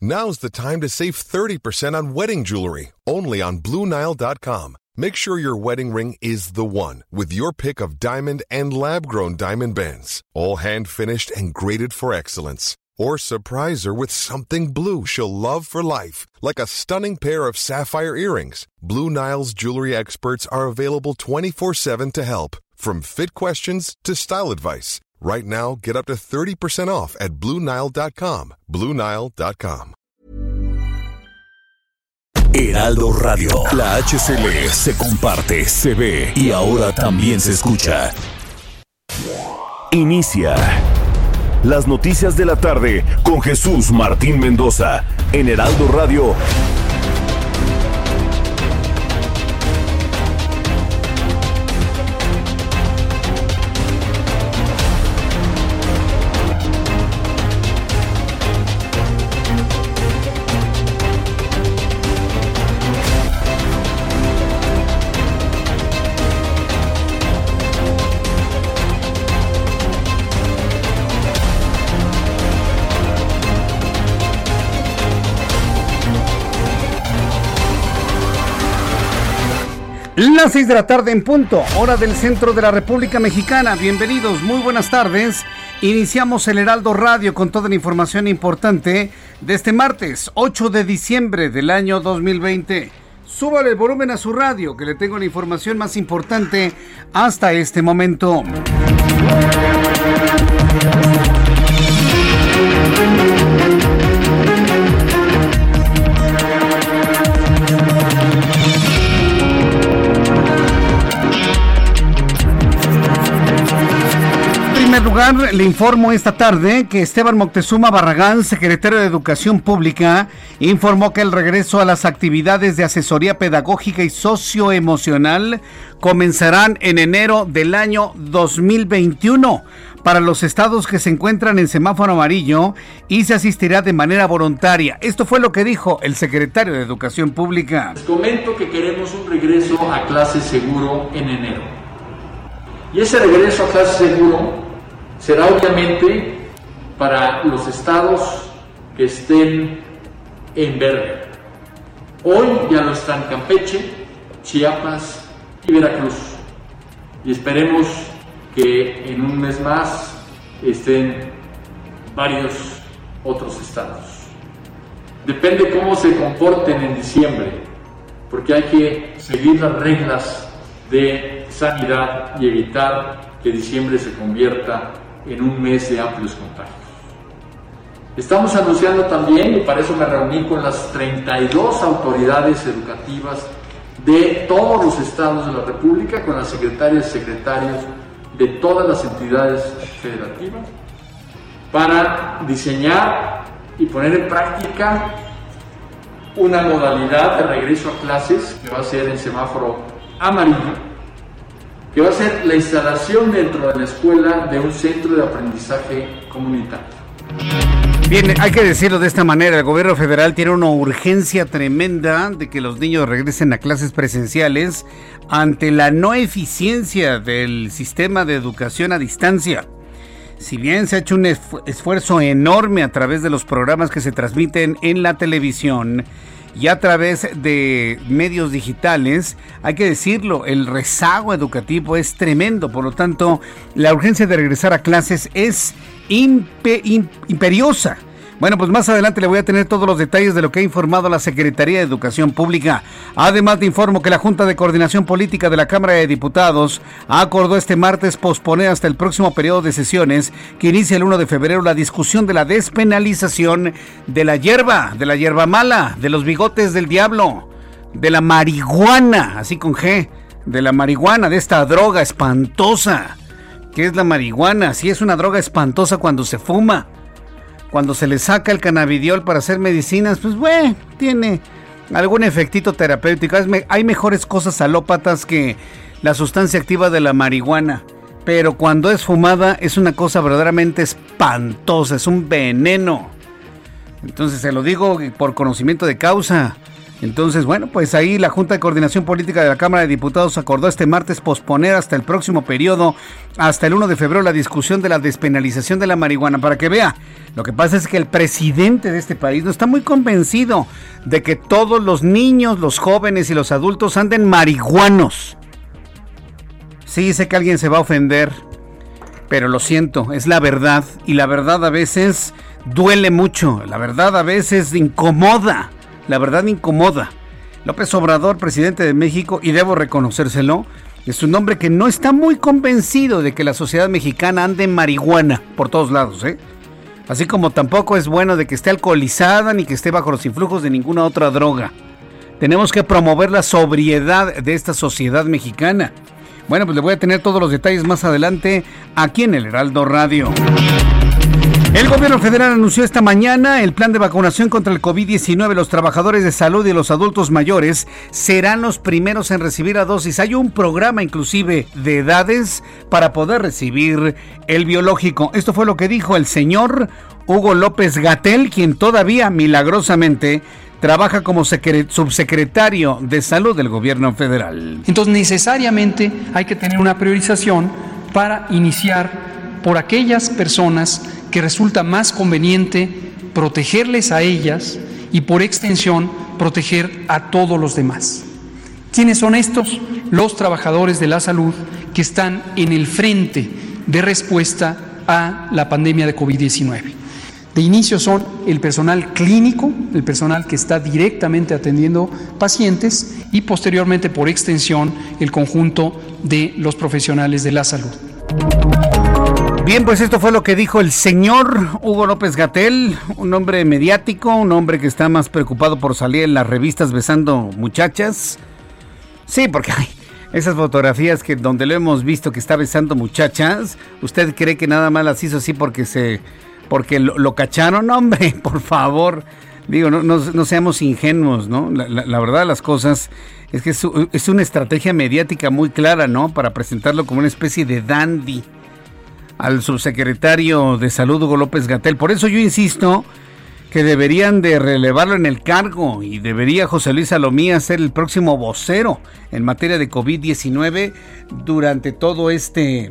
Now's the time to save 30% on wedding jewelry, only on BlueNile.com. Make sure your wedding ring is the one with your pick of diamond and lab-grown diamond bands, all hand-finished and graded for excellence. Or surprise her with something blue she'll love for life, like a stunning pair of sapphire earrings. Blue Nile's jewelry experts are available 24/7 to help, from fit questions to style advice. Right now, get up to 30% off at BlueNile.com. BlueNile.com. Heraldo Radio, la HCL se comparte, se ve y ahora también se escucha. Inicia las noticias de la tarde con Jesús Martín Mendoza en Heraldo Radio. Las 6 de la tarde en punto, hora del centro de la República Mexicana. Bienvenidos, muy buenas tardes. Iniciamos el Heraldo Radio con toda la información importante de este martes 8 de diciembre del año 2020. Súbale el volumen a su radio, que le tengo la información más importante hasta este momento. En primer lugar, le informo esta tarde que Esteban Moctezuma Barragán, secretario de Educación Pública, informó que el regreso a las actividades de asesoría pedagógica y socioemocional comenzarán en enero del año 2021 para los estados que se encuentran en semáforo amarillo y se asistirá de manera voluntaria. Esto fue lo que dijo el secretario de Educación Pública. Les comento que queremos un regreso a clases seguro en enero. Y ese regreso a clases seguro será obviamente para los estados que estén en verde. Hoy ya lo están Campeche, Chiapas y Veracruz. Y esperemos que en un mes más estén varios otros estados. Depende cómo se comporten en diciembre, porque hay que seguir las reglas de sanidad y evitar que diciembre se convierta en un mes de amplios contagios. Estamos anunciando también, y para eso me reuní con las 32 autoridades educativas de todos los estados de la República, con las secretarias y secretarios de todas las entidades federativas, para diseñar y poner en práctica una modalidad de regreso a clases que va a ser en semáforo amarillo, que va a ser la instalación dentro de la escuela de un centro de aprendizaje comunitario. Bien, hay que decirlo de esta manera, el gobierno federal tiene una urgencia tremenda de que los niños regresen a clases presenciales ante la no eficiencia del sistema de educación a distancia. Si bien se ha hecho un esfuerzo enorme a través de los programas que se transmiten en la televisión y a través de medios digitales, hay que decirlo, el rezago educativo es tremendo. Por lo tanto, la urgencia de regresar a clases es imperiosa. Bueno, pues más adelante le voy a tener todos los detalles de lo que ha informado la Secretaría de Educación Pública. Además, te informo que la Junta de Coordinación Política de la Cámara de Diputados acordó este martes posponer hasta el próximo periodo de sesiones, que inicia el 1 de febrero, la discusión de la despenalización de la hierba mala, de los bigotes del diablo, de la marihuana, así con G, de la marihuana, de esta droga espantosa. ¿Qué es la marihuana? Sí, es una droga espantosa cuando se fuma. Cuando se le saca el cannabidiol para hacer medicinas, pues bueno, tiene algún efectito terapéutico. Hay mejores cosas alópatas que la sustancia activa de la marihuana. Pero cuando es fumada es una cosa verdaderamente espantosa, es un veneno. Entonces se lo digo por conocimiento de causa. Entonces, bueno, pues ahí la Junta de Coordinación Política de la Cámara de Diputados acordó este martes posponer hasta el próximo periodo, hasta el 1 de febrero, la discusión de la despenalización de la marihuana. Para que vea, lo que pasa es que el presidente de este país no está muy convencido de que todos los niños, los jóvenes y los adultos anden marihuanos. Sí, sé que alguien se va a ofender, pero lo siento, es la verdad. Y la verdad a veces duele mucho, la verdad a veces incomoda. La verdad incomoda. López Obrador, presidente de México, y debo reconocérselo, es un hombre que no está muy convencido de que la sociedad mexicana ande en marihuana por todos lados, ¿eh? Así como tampoco es bueno de que esté alcoholizada ni que esté bajo los influjos de ninguna otra droga. Tenemos que promover la sobriedad de esta sociedad mexicana. Bueno, pues le voy a tener todos los detalles más adelante aquí en el Heraldo Radio. El gobierno federal anunció esta mañana el plan de vacunación contra el COVID-19. Los trabajadores de salud y los adultos mayores serán los primeros en recibir la dosis. Hay un programa inclusive de edades para poder recibir el biológico. Esto fue lo que dijo el señor Hugo López-Gatell, quien todavía milagrosamente trabaja como subsecretario de salud del gobierno federal. Entonces necesariamente hay que tener una priorización para iniciar por aquellas personas que resulta más conveniente protegerles a ellas y por extensión proteger a todos los demás. ¿Quiénes son estos? Los trabajadores de la salud que están en el frente de respuesta a la pandemia de COVID-19. De inicio son el personal clínico, el personal que está directamente atendiendo pacientes y posteriormente por extensión el conjunto de los profesionales de la salud. Bien, pues esto fue lo que dijo el señor Hugo López-Gatell, un hombre mediático, un hombre que está más preocupado por salir en las revistas besando muchachas. Sí, porque hay esas fotografías que donde lo hemos visto que está besando muchachas. ¿Usted cree que nada más las hizo así porque lo cacharon? Hombre, por favor. Digo, no seamos ingenuos, ¿no? La verdad de las cosas es que es una estrategia mediática muy clara, ¿no? Para presentarlo como una especie de dandy al subsecretario de Salud Hugo López-Gatell. Por eso yo insisto que deberían de relevarlo en el cargo y debería José Luis Salomía ser el próximo vocero en materia de COVID-19 durante todo este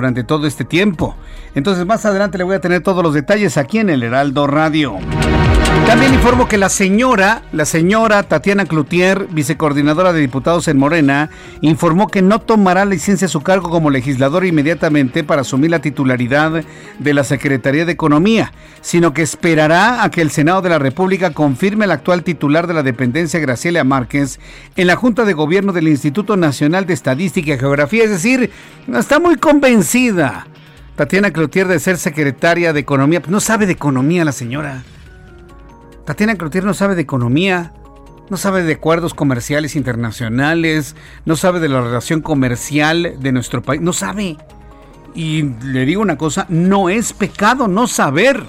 tiempo. Entonces más adelante le voy a tener todos los detalles aquí en el Heraldo Radio. También informo que la señora Tatiana Cloutier, vicecoordinadora de diputados en Morena, informó que no tomará licencia a su cargo como legisladora inmediatamente para asumir la titularidad de la Secretaría de Economía, sino que esperará a que el Senado de la República confirme al actual titular de la dependencia, Graciela Márquez, en la Junta de Gobierno del Instituto Nacional de Estadística y Geografía. Es decir, no está muy convencida Tatiana Cloutier de ser secretaria de Economía. Pues no sabe de economía la señora. Tatiana Cloutier no sabe de economía, no sabe de acuerdos comerciales internacionales, no sabe de la relación comercial de nuestro país, no sabe. Y le digo una cosa, no es pecado no saber.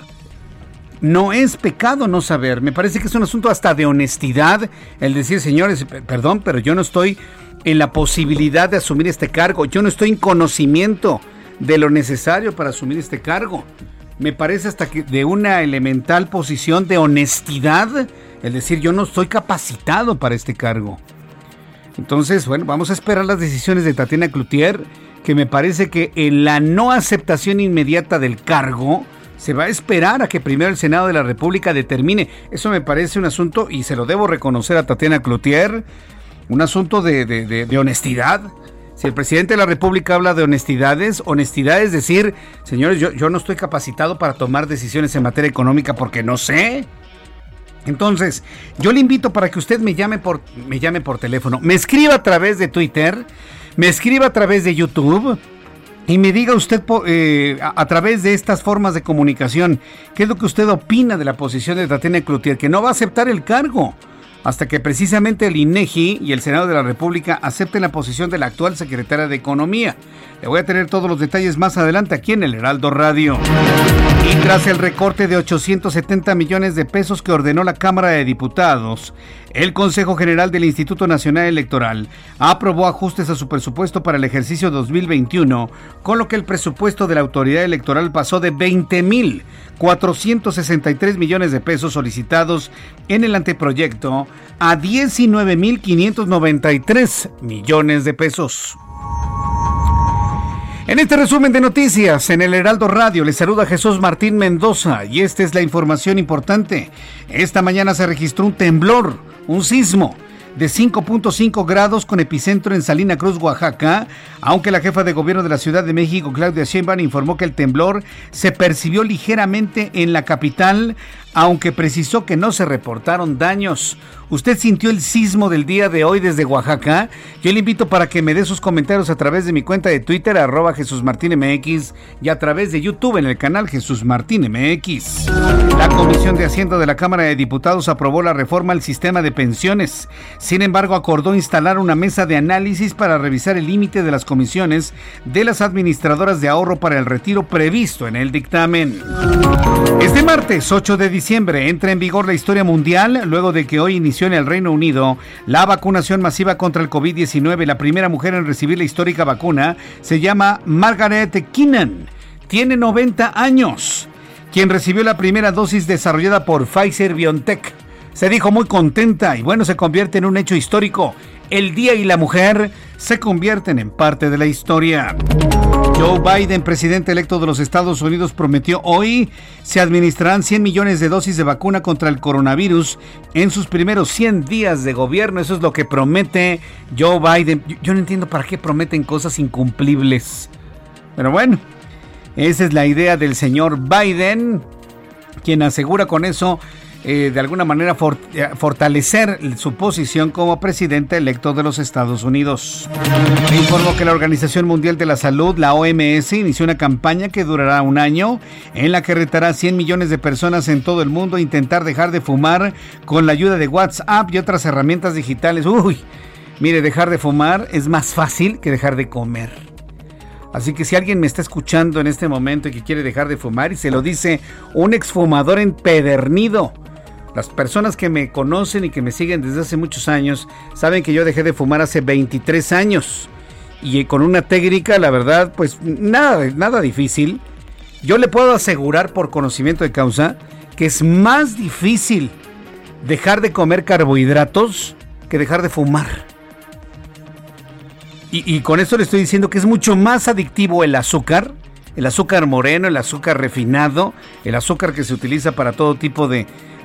No es pecado no saber. Me parece que es un asunto hasta de honestidad el decir, señores, perdón, pero yo no estoy en la posibilidad de asumir este cargo. Yo no estoy en conocimiento de lo necesario para asumir este cargo. Me parece hasta que de una elemental posición de honestidad, el decir yo no estoy capacitado para este cargo. Entonces, bueno, vamos a esperar las decisiones de Tatiana Cloutier, que me parece que en la no aceptación inmediata del cargo, se va a esperar a que primero el Senado de la República determine. Eso me parece un asunto, y se lo debo reconocer a Tatiana Cloutier, un asunto de honestidad. Si el presidente de la República habla de honestidad es decir, señores, yo no estoy capacitado para tomar decisiones en materia económica porque no sé. Entonces, yo le invito para que usted me llame por teléfono, me escriba a través de Twitter, me escriba a través de YouTube y me diga usted a través de estas formas de comunicación qué es lo que usted opina de la posición de Tatiana Cloutier, que no va a aceptar el cargo hasta que precisamente el INEGI y el Senado de la República acepten la posición de la actual secretaria de Economía. Le voy a tener todos los detalles más adelante aquí en el Heraldo Radio. Y tras el recorte de 870 millones de pesos que ordenó la Cámara de Diputados, el Consejo General del Instituto Nacional Electoral aprobó ajustes a su presupuesto para el ejercicio 2021, con lo que el presupuesto de la autoridad electoral pasó de 20.463 millones de pesos solicitados en el anteproyecto a 19.593 millones de pesos. En este resumen de noticias en el Heraldo Radio les saluda Jesús Martín Mendoza y esta es la información importante. Esta mañana se registró un temblor, un sismo de 5.5 grados con epicentro en Salina Cruz, Oaxaca, aunque la jefa de gobierno de la Ciudad de México, Claudia Sheinbaum, informó que el temblor se percibió ligeramente en la capital, aunque precisó que no se reportaron daños. ¿Usted sintió el sismo del día de hoy desde Oaxaca? Yo le invito para que me dé sus comentarios a través de mi cuenta de Twitter, @JesúsMartínMX, y a través de YouTube en el canal Jesús Martín MX. La Comisión de Hacienda de la Cámara de Diputados aprobó la reforma al sistema de pensiones. Sin embargo, acordó instalar una mesa de análisis para revisar el límite de las comisiones de las administradoras de ahorro para el retiro previsto en el dictamen. Este martes 8 de diciembre entra en vigor la historia mundial luego de que hoy inició en el Reino Unido la vacunación masiva contra el COVID-19. La primera mujer en recibir la histórica vacuna se llama Margaret Keenan. Tiene 90 años. Quien recibió la primera dosis desarrollada por Pfizer-BioNTech se dijo muy contenta y bueno, se convierte en un hecho histórico. El día y la mujer se convierten en parte de la historia. Joe Biden, presidente electo de los Estados Unidos, prometió hoy se administrarán 100 millones de dosis de vacuna contra el coronavirus en sus primeros 100 días de gobierno. Eso es lo que promete Joe Biden. Yo no entiendo para qué prometen cosas incumplibles. Pero bueno, esa es la idea del señor Biden, quien asegura con eso de alguna manera fortalecer su posición como presidente electo de los Estados Unidos. Informó que la Organización Mundial de la Salud, la OMS, inició una campaña que durará un año en la que retará a 100 millones de personas en todo el mundo a intentar dejar de fumar con la ayuda de WhatsApp y otras herramientas digitales. Mire, dejar de fumar es más fácil que dejar de comer. Así que si alguien me está escuchando en este momento y que quiere dejar de fumar, y se lo dice un exfumador empedernido, las personas que me conocen y que me siguen desde hace muchos años saben que yo dejé de fumar hace 23 años y con una técnica, la verdad, pues nada difícil. Yo le puedo asegurar por conocimiento de causa que es más difícil dejar de comer carbohidratos que dejar de fumar. Y con esto le estoy diciendo que es mucho más adictivo el azúcar moreno, el azúcar refinado, el azúcar que se utiliza para todo tipo de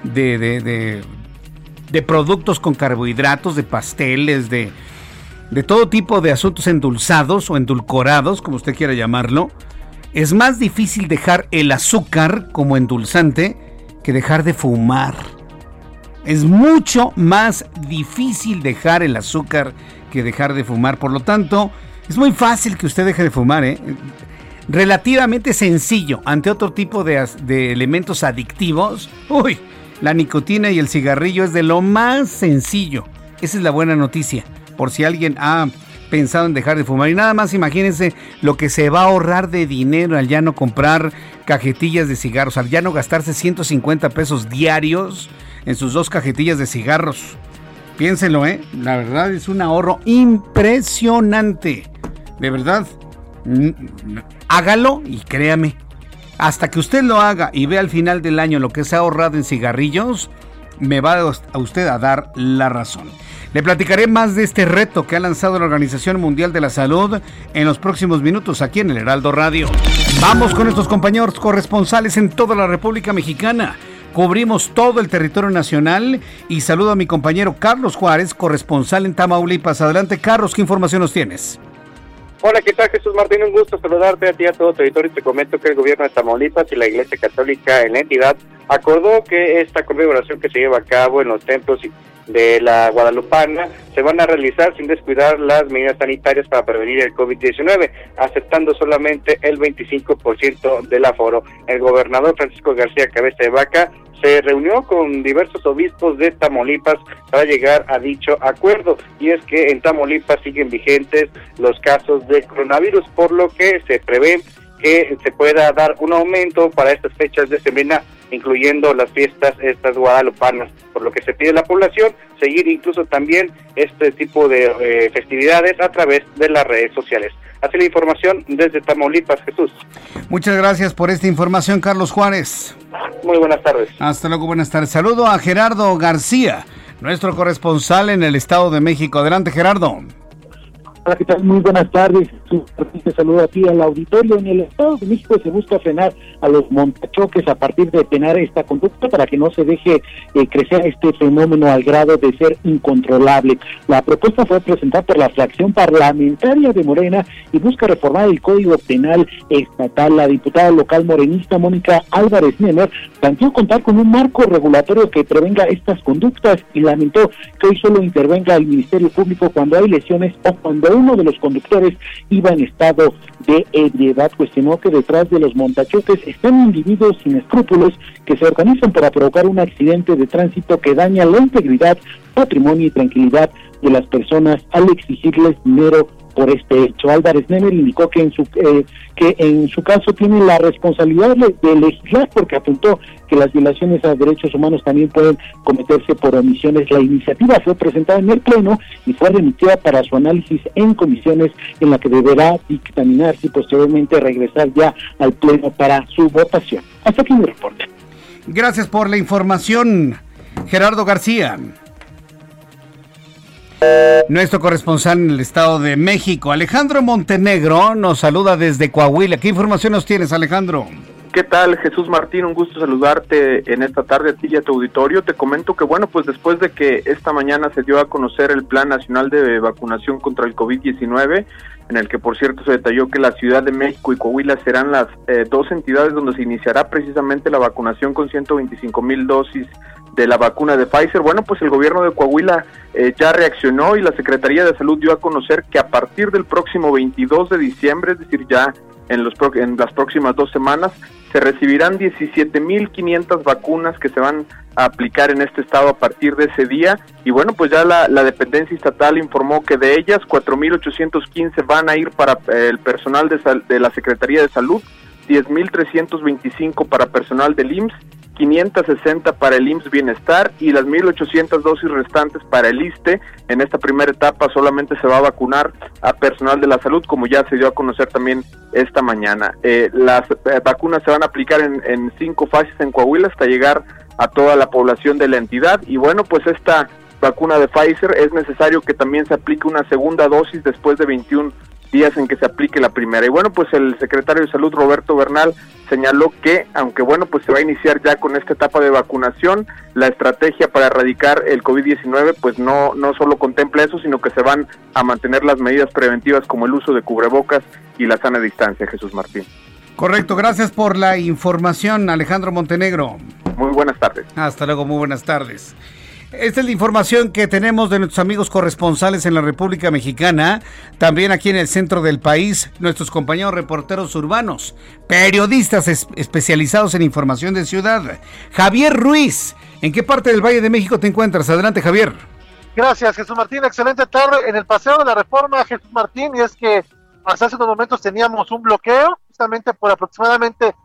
productos con carbohidratos, de pasteles, de todo tipo de asuntos endulzados o endulcorados, como usted quiera llamarlo. Es más difícil dejar el azúcar como endulzante que dejar de fumar. Es mucho más difícil dejar el azúcar que dejar de fumar. Por lo tanto, es muy fácil que usted deje de fumar, relativamente sencillo ante otro tipo de elementos adictivos. La nicotina y el cigarrillo es de lo más sencillo. Esa es la buena noticia, por si alguien ha pensado en dejar de fumar. Y nada más imagínense lo que se va a ahorrar de dinero al ya no comprar cajetillas de cigarros, al ya no gastarse 150 pesos diarios en sus 2 cajetillas de cigarros. Piénsenlo, la verdad es un ahorro impresionante. De verdad, hágalo y créame, hasta que usted lo haga y vea al final del año lo que se ha ahorrado en cigarrillos, me va a usted a dar la razón. Le platicaré más de este reto que ha lanzado la Organización Mundial de la Salud en los próximos minutos aquí en el Heraldo Radio. Vamos con nuestros compañeros corresponsales en toda la República Mexicana. Cubrimos todo el territorio nacional y saludo a mi compañero Carlos Juárez, corresponsal en Tamaulipas. Adelante, Carlos, ¿qué información nos tienes? Hola, ¿qué tal, Jesús Martín? Un gusto saludarte a ti y a todo el territorio. Te comento que el gobierno de Tamaulipas y la Iglesia Católica en la entidad acordó que esta conmemoración que se lleva a cabo en los templos de la Guadalupana se van a realizar sin descuidar las medidas sanitarias para prevenir el COVID-19, aceptando solamente el 25% del aforo. El gobernador Francisco García Cabeza de Vaca se reunió con diversos obispos de Tamaulipas para llegar a dicho acuerdo, y es que en Tamaulipas siguen vigentes los casos de coronavirus, por lo que se prevé que se pueda dar un aumento para estas fechas de semana, incluyendo las fiestas estas guadalupanas, por lo que se pide a la población seguir incluso también este tipo de festividades a través de las redes sociales. Así la información desde Tamaulipas, Jesús. Muchas gracias por esta información, Carlos Juárez. Muy buenas tardes. Hasta luego, buenas tardes. Saludo a Gerardo García, nuestro corresponsal en el Estado de México. Adelante, Gerardo. Hola, ¿qué tal? Muy buenas tardes. Te saludo a ti, al auditorio. En el Estado de México se busca frenar a los montachoques a partir de detener esta conducta para que no se deje crecer este fenómeno al grado de ser incontrolable. La propuesta fue presentada por la fracción parlamentaria de Morena y busca reformar el Código Penal estatal. La diputada local morenista Mónica Álvarez Nemer planteó contar con un marco regulatorio que prevenga estas conductas y lamentó que hoy solo intervenga el Ministerio Público cuando hay lesiones o cuando uno de los conductores iba en estado de ebriedad. Cuestionó que detrás de los montachoques están individuos sin escrúpulos que se organizan para provocar un accidente de tránsito que daña la integridad, patrimonio y tranquilidad de las personas al exigirles dinero por este hecho. Álvarez Nemer indicó que en su caso tiene la responsabilidad de legislar, porque apuntó que las violaciones a derechos humanos también pueden cometerse por omisiones. La iniciativa fue presentada en el Pleno y fue remitida para su análisis en comisiones, en la que deberá dictaminarse y posteriormente regresar ya al Pleno para su votación. Hasta aquí mi reporte. Gracias por la información, Gerardo García. Nuestro corresponsal en el Estado de México, Alejandro Montenegro, nos saluda desde Coahuila. ¿Qué información nos tienes, Alejandro? ¿Qué tal, Jesús Martín? Un gusto saludarte en esta tarde a ti y a tu auditorio. Te comento que, bueno, pues después de que esta mañana se dio a conocer el Plan Nacional de Vacunación contra el COVID-19, en el que, por cierto, se detalló que la Ciudad de México y Coahuila serán las dos entidades donde se iniciará precisamente la vacunación con 125,000 dosis de la vacuna de Pfizer. Bueno, pues el gobierno de Coahuila ya reaccionó y la Secretaría de Salud dio a conocer que a partir del próximo 22 de diciembre, es decir, ya en las próximas 2 semanas, se recibirán 17,500 vacunas que se van a aplicar en este estado a partir de ese día. Y bueno, pues ya la dependencia estatal informó que de ellas 4,815 van a ir para el personal de la Secretaría de Salud, 10,325 para personal del IMSS, 560 para el IMSS Bienestar y las 1,800 dosis restantes para el ISSSTE. En esta primera etapa solamente se va a vacunar a personal de la salud, como ya se dio a conocer también esta mañana. Las vacunas se van a aplicar en 5 fases en Coahuila hasta llegar a toda la población de la entidad. Y bueno, pues esta vacuna de Pfizer es necesario que también se aplique una segunda dosis después de 21 días en que se aplique la primera. Y bueno, pues el secretario de Salud, Roberto Bernal, señaló que, aunque bueno, pues se va a iniciar ya con esta etapa de vacunación, la estrategia para erradicar el COVID-19 pues no solo contempla eso, sino que se van a mantener las medidas preventivas como el uso de cubrebocas y la sana distancia, Jesús Martín. Correcto, gracias por la información, Alejandro Montenegro. Muy buenas tardes. Hasta luego, muy buenas tardes. Esta es la información que tenemos de nuestros amigos corresponsales en la República Mexicana, también aquí en el centro del país, nuestros compañeros reporteros urbanos, periodistas especializados en información de ciudad. Javier Ruiz, ¿en qué parte del Valle de México te encuentras? Adelante, Javier. Gracias, Jesús Martín, excelente tarde en el Paseo de la Reforma, Jesús Martín, y es que hasta hace unos momentos teníamos un bloqueo, justamente por aproximadamente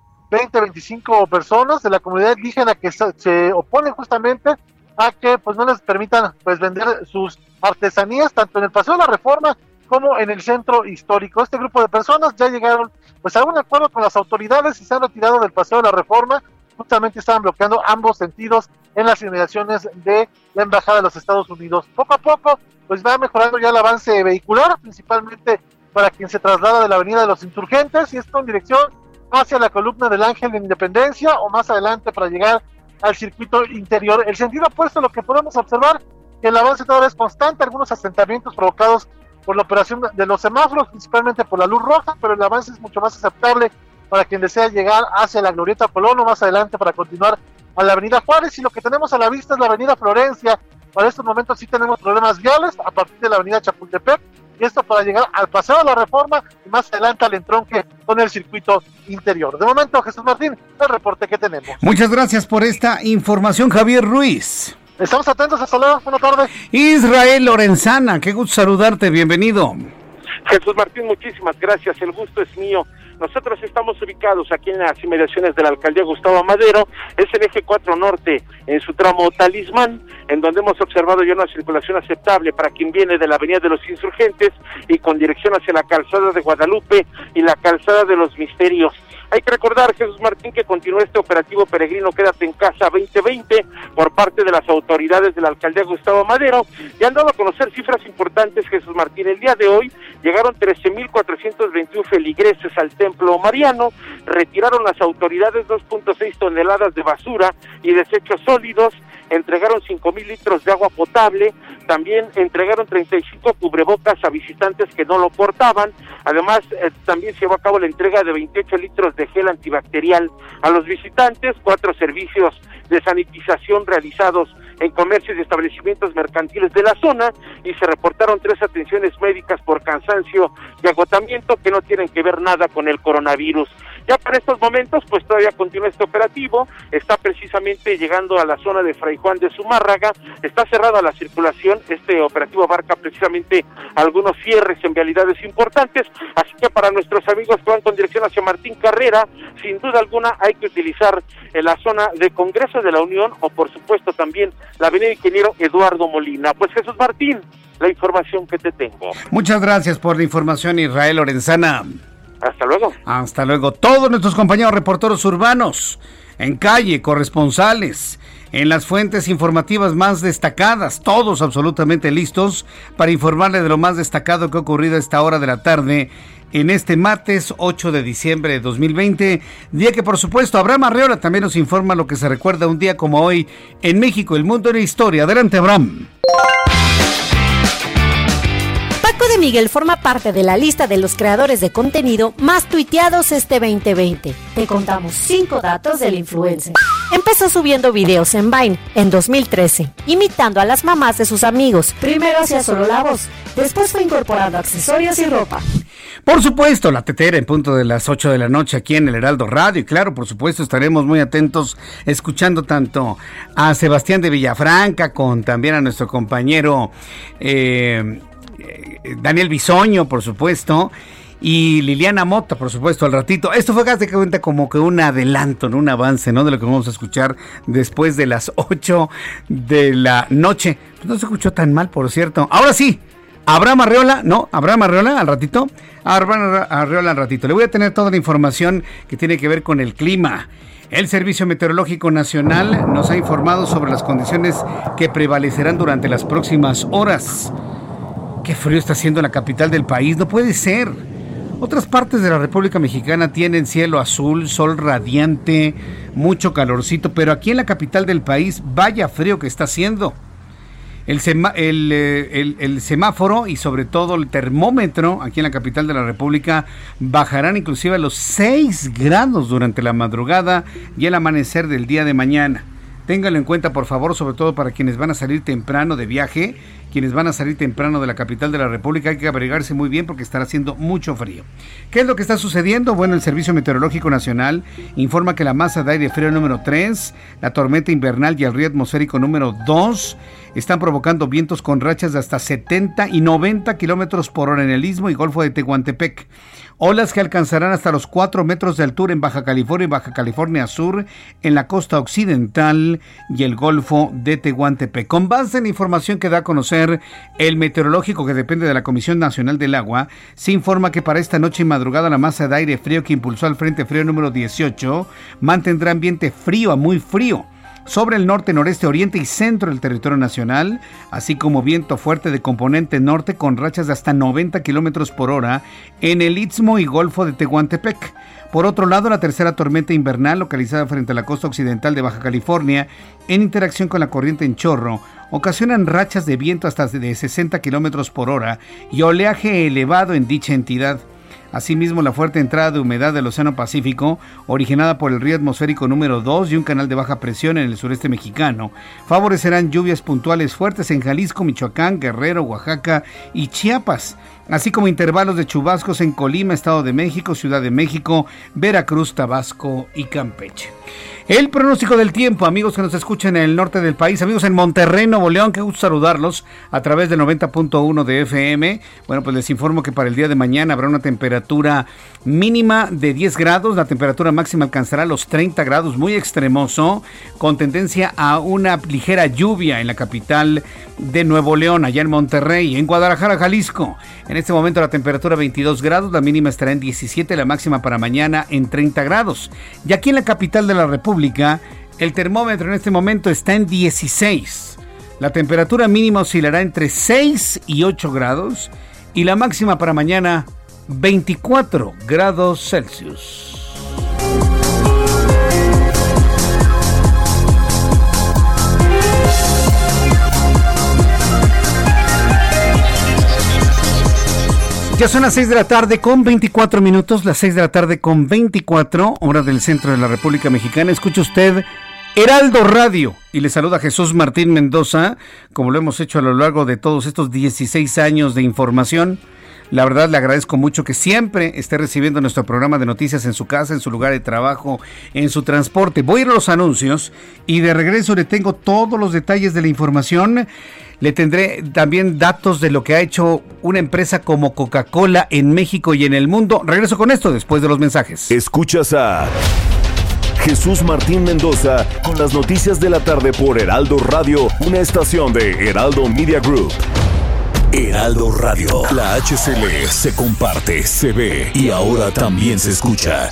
20-25 personas de la comunidad indígena que se oponen justamente a que pues no les permitan pues vender sus artesanías tanto en el Paseo de la Reforma como en el centro histórico. Este grupo de personas ya llegaron pues a un acuerdo con las autoridades y se han retirado del Paseo de la Reforma. Justamente estaban bloqueando ambos sentidos en las inmediaciones de la Embajada de los Estados Unidos. Poco a poco pues va mejorando ya el avance vehicular, principalmente para quien se traslada de la Avenida de los Insurgentes, y esto en dirección hacia la Columna del Ángel de Independencia o más adelante para llegar al circuito interior. El sentido opuesto, lo que podemos observar, que el avance todavía es constante, algunos asentamientos provocados por la operación de los semáforos, principalmente por la luz roja, pero el avance es mucho más aceptable para quien desea llegar hacia la Glorieta Colón o más adelante para continuar a la Avenida Juárez. Y lo que tenemos a la vista es la Avenida Florencia. Para estos momentos sí tenemos problemas viales a partir de la Avenida Chapultepec, y esto para llegar al Paseo de la Reforma y más adelante al entronque con el circuito interior. De momento, Jesús Martín, el reporte que tenemos. Muchas gracias por esta información, Javier Ruiz. Estamos atentos, hasta luego, buena tarde. Israel Lorenzana, qué gusto saludarte, bienvenido. Jesús Martín, muchísimas gracias, el gusto es mío. Nosotros estamos ubicados aquí en las inmediaciones de la alcaldía Gustavo Amadero, es el eje 4 norte, en su tramo Talismán, en donde hemos observado ya una circulación aceptable para quien viene de la avenida de los Insurgentes y con dirección hacia la calzada de Guadalupe y la calzada de los Misterios. Hay que recordar, Jesús Martín, que continúa este operativo peregrino Quédate en Casa 2020 por parte de las autoridades de la alcaldía Gustavo Amadero, y han dado a conocer cifras importantes, Jesús Martín. El día de hoy llegaron 13.421 feligreses al templo mariano, retiraron las autoridades 2.6 toneladas de basura y desechos sólidos, entregaron 5,000 litros de agua potable, también entregaron 35 cubrebocas a visitantes que no lo portaban. Además, también se llevó a cabo la entrega de 28 litros de gel antibacterial a los visitantes, 4 servicios de sanitización realizados en comercios y establecimientos mercantiles de la zona, y se reportaron 3 atenciones médicas por cansancio y agotamiento que no tienen que ver nada con el coronavirus. Ya para estos momentos, pues todavía continúa este operativo, está precisamente llegando a la zona de Fray Juan de Zumárraga, está cerrada la circulación, este operativo abarca precisamente algunos cierres en vialidades importantes, así que para nuestros amigos que van con dirección hacia Martín Carrera, sin duda alguna hay que utilizar la zona de Congreso de la Unión, o por supuesto también la avenida Ingeniero Eduardo Molina. Pues Jesús Martín, la información que te tengo. Muchas gracias por la información, Israel Lorenzana. Hasta luego. Hasta luego. Todos nuestros compañeros reporteros urbanos, en calle, corresponsales, en las fuentes informativas más destacadas, todos absolutamente listos para informarle de lo más destacado que ha ocurrido a esta hora de la tarde en este martes 8 de diciembre de 2020, día que por supuesto Abraham Arreola también nos informa lo que se recuerda un día como hoy en México, el mundo y la historia. Adelante, Abraham. Paco de Miguel forma parte de la lista de los creadores de contenido más tuiteados este 2020. Te contamos 5 datos del influencer. Empezó subiendo videos en Vine en 2013, imitando a las mamás de sus amigos. Primero hacía solo la voz, después fue incorporando accesorios y ropa. Por supuesto, la tetera en punto de las 8 de la noche aquí en el Heraldo Radio. Y claro, por supuesto, estaremos muy atentos escuchando tanto a Sebastián de Villafranca, con también a nuestro compañero Daniel Bisoño, por supuesto, y Liliana Mota, por supuesto, al ratito. Esto fue, hazte cuenta, como que un adelanto, ¿no? Un avance, ¿no? De lo que vamos a escuchar después de las 8 de la noche. Pues no se escuchó tan mal, por cierto. Ahora sí, Abraham Arreola al ratito. Abraham Arreola al ratito. Le voy a tener toda la información que tiene que ver con el clima. El Servicio Meteorológico Nacional nos ha informado sobre las condiciones que prevalecerán durante las próximas horas. Qué frío está haciendo en la capital del país, no puede ser. Otras partes de la República Mexicana tienen cielo azul, sol radiante, mucho calorcito, pero aquí en la capital del país, vaya frío que está haciendo. El semáforo y sobre todo el termómetro aquí en la capital de la República bajarán inclusive a los 6 grados durante la madrugada y el amanecer del día de mañana. Ténganlo en cuenta, por favor, sobre todo para quienes van a salir temprano de viaje, quienes van a salir temprano de la capital de la República, hay que abrigarse muy bien porque estará haciendo mucho frío. ¿Qué es lo que está sucediendo? Bueno, el Servicio Meteorológico Nacional informa que la masa de aire frío número 3, la tormenta invernal y el río atmosférico número 2 están provocando vientos con rachas de hasta 70 y 90 kilómetros por hora en el Istmo y Golfo de Tehuantepec. Olas que alcanzarán hasta los 4 metros de altura en Baja California y Baja California Sur, en la costa occidental y el Golfo de Tehuantepec. Con base en la información que da a conocer el meteorológico, que depende de la Comisión Nacional del Agua, se informa que para esta noche y madrugada la masa de aire frío que impulsó al Frente Frío número 18 mantendrá ambiente frío a muy frío sobre el norte, noreste, oriente y centro del territorio nacional, así como viento fuerte de componente norte con rachas de hasta 90 kilómetros por hora en el Istmo y Golfo de Tehuantepec. Por otro lado, la tercera tormenta invernal, localizada frente a la costa occidental de Baja California, en interacción con la corriente en chorro, ocasionan rachas de viento hasta de 60 kilómetros por hora y oleaje elevado en dicha entidad. Asimismo, la fuerte entrada de humedad del Océano Pacífico, originada por el río atmosférico número 2 y un canal de baja presión en el sureste mexicano, favorecerán lluvias puntuales fuertes en Jalisco, Michoacán, Guerrero, Oaxaca y Chiapas, así como intervalos de chubascos en Colima, Estado de México, Ciudad de México, Veracruz, Tabasco y Campeche. El pronóstico del tiempo, amigos que nos escuchan en el norte del país, amigos en Monterrey, Nuevo León, qué gusto saludarlos a través del 90.1 de FM. Bueno, pues les informo que para el día de mañana habrá una temperatura temperatura mínima de 10 grados, la temperatura máxima alcanzará los 30 grados, muy extremoso, con tendencia a una ligera lluvia en la capital de Nuevo León, allá en Monterrey. En Guadalajara, Jalisco, en este momento la temperatura 22 grados, la mínima estará en 17, la máxima para mañana en 30 grados. Y aquí en la capital de la República, el termómetro en este momento está en 16. La temperatura mínima oscilará entre 6 y 8 grados y la máxima para mañana 24 grados Celsius. Ya son las 6 de la tarde con 24 minutos, las 6 de la tarde con 24, hora del centro de la República Mexicana. Escucha usted Heraldo Radio y le saluda Jesús Martín Mendoza, como lo hemos hecho a lo largo de todos estos 16 años de información. La verdad le agradezco mucho que siempre esté recibiendo nuestro programa de noticias en su casa, en su lugar de trabajo, en su transporte. Voy a ir a los anuncios y de regreso le tengo todos los detalles de la información. Le tendré también datos de lo que ha hecho una empresa como Coca-Cola en México y en el mundo. Regreso con esto después de los mensajes. Escuchas a Jesús Martín Mendoza con las noticias de la tarde por Heraldo Radio, una estación de Heraldo Media Group. Heraldo Radio, la HCL se comparte, se ve y ahora también se escucha.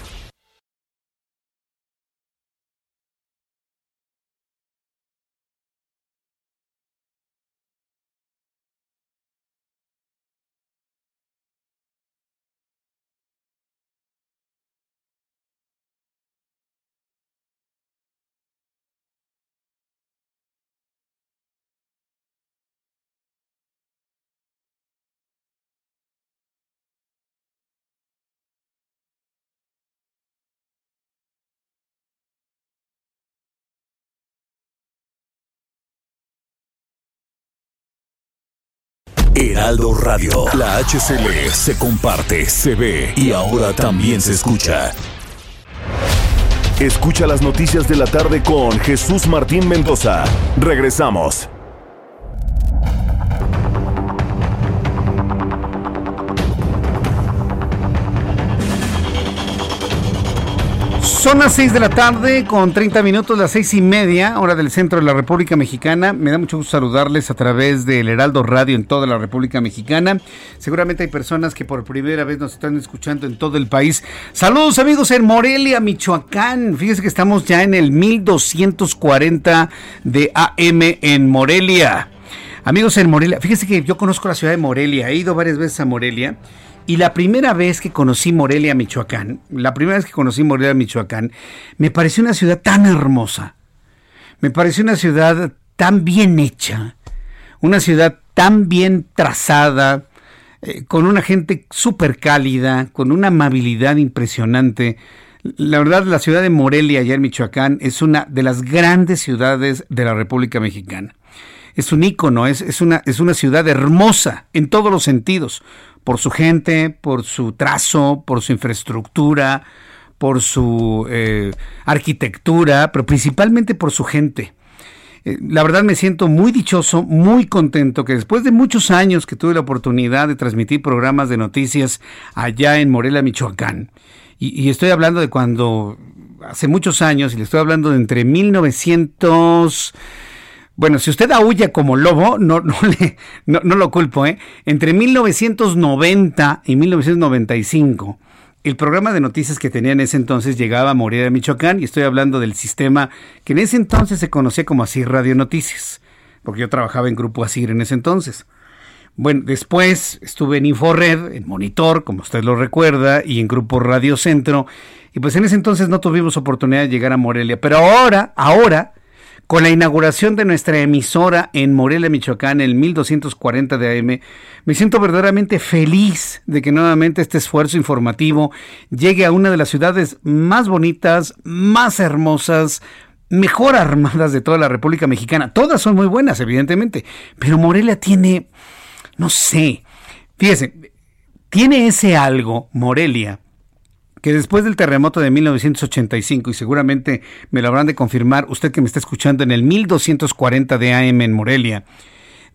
Heraldo Radio, la HCL se comparte, se ve y ahora también se escucha. Escucha las noticias de la tarde con Jesús Martín Mendoza. Regresamos. Son las 6 de la tarde con 30 minutos, las 6:30, hora del centro de la República Mexicana. Me da mucho gusto saludarles a través del Heraldo Radio en toda la República Mexicana. Seguramente hay personas que por primera vez nos están escuchando en todo el país. Saludos amigos en Morelia, Michoacán. Fíjense que estamos ya en el 1240 de AM en Morelia. Amigos en Morelia, fíjense que yo conozco la ciudad de Morelia, he ido varias veces a Morelia. Y la primera vez que conocí Morelia, Michoacán, me pareció una ciudad tan hermosa, me pareció una ciudad tan bien hecha, una ciudad tan bien trazada, con una gente súper cálida, con una amabilidad impresionante. La verdad, la ciudad de Morelia, allá en Michoacán, es una de las grandes ciudades de la República Mexicana. Es un ícono, es una ciudad hermosa en todos los sentidos. Por su gente, por su trazo, por su infraestructura, por su arquitectura, pero principalmente por su gente. La verdad me siento muy dichoso, muy contento que después de muchos años que tuve la oportunidad de transmitir programas de noticias allá en Morelia, Michoacán, y estoy hablando de cuando, hace muchos años, y le estoy hablando de entre 1900... Bueno, si usted aúlla como lobo, no lo culpo, ¿eh? Entre 1990 y 1995, el programa de noticias que tenía en ese entonces llegaba a Morelia, Michoacán, y estoy hablando del sistema que en ese entonces se conocía como ASIR Radio Noticias, porque yo trabajaba en Grupo ASIR en ese entonces. Bueno, después estuve en Inforred, en Monitor, como usted lo recuerda, y en Grupo Radio Centro, y pues en ese entonces no tuvimos oportunidad de llegar a Morelia, pero ahora, con la inauguración de nuestra emisora en Morelia, Michoacán, el 1240 de AM, me siento verdaderamente feliz de que nuevamente este esfuerzo informativo llegue a una de las ciudades más bonitas, más hermosas, mejor armadas de toda la República Mexicana. Todas son muy buenas, evidentemente, pero Morelia tiene, no sé, fíjese, tiene ese algo, Morelia, que después del terremoto de 1985, y seguramente me lo habrán de confirmar usted que me está escuchando en el 1240 de AM en Morelia,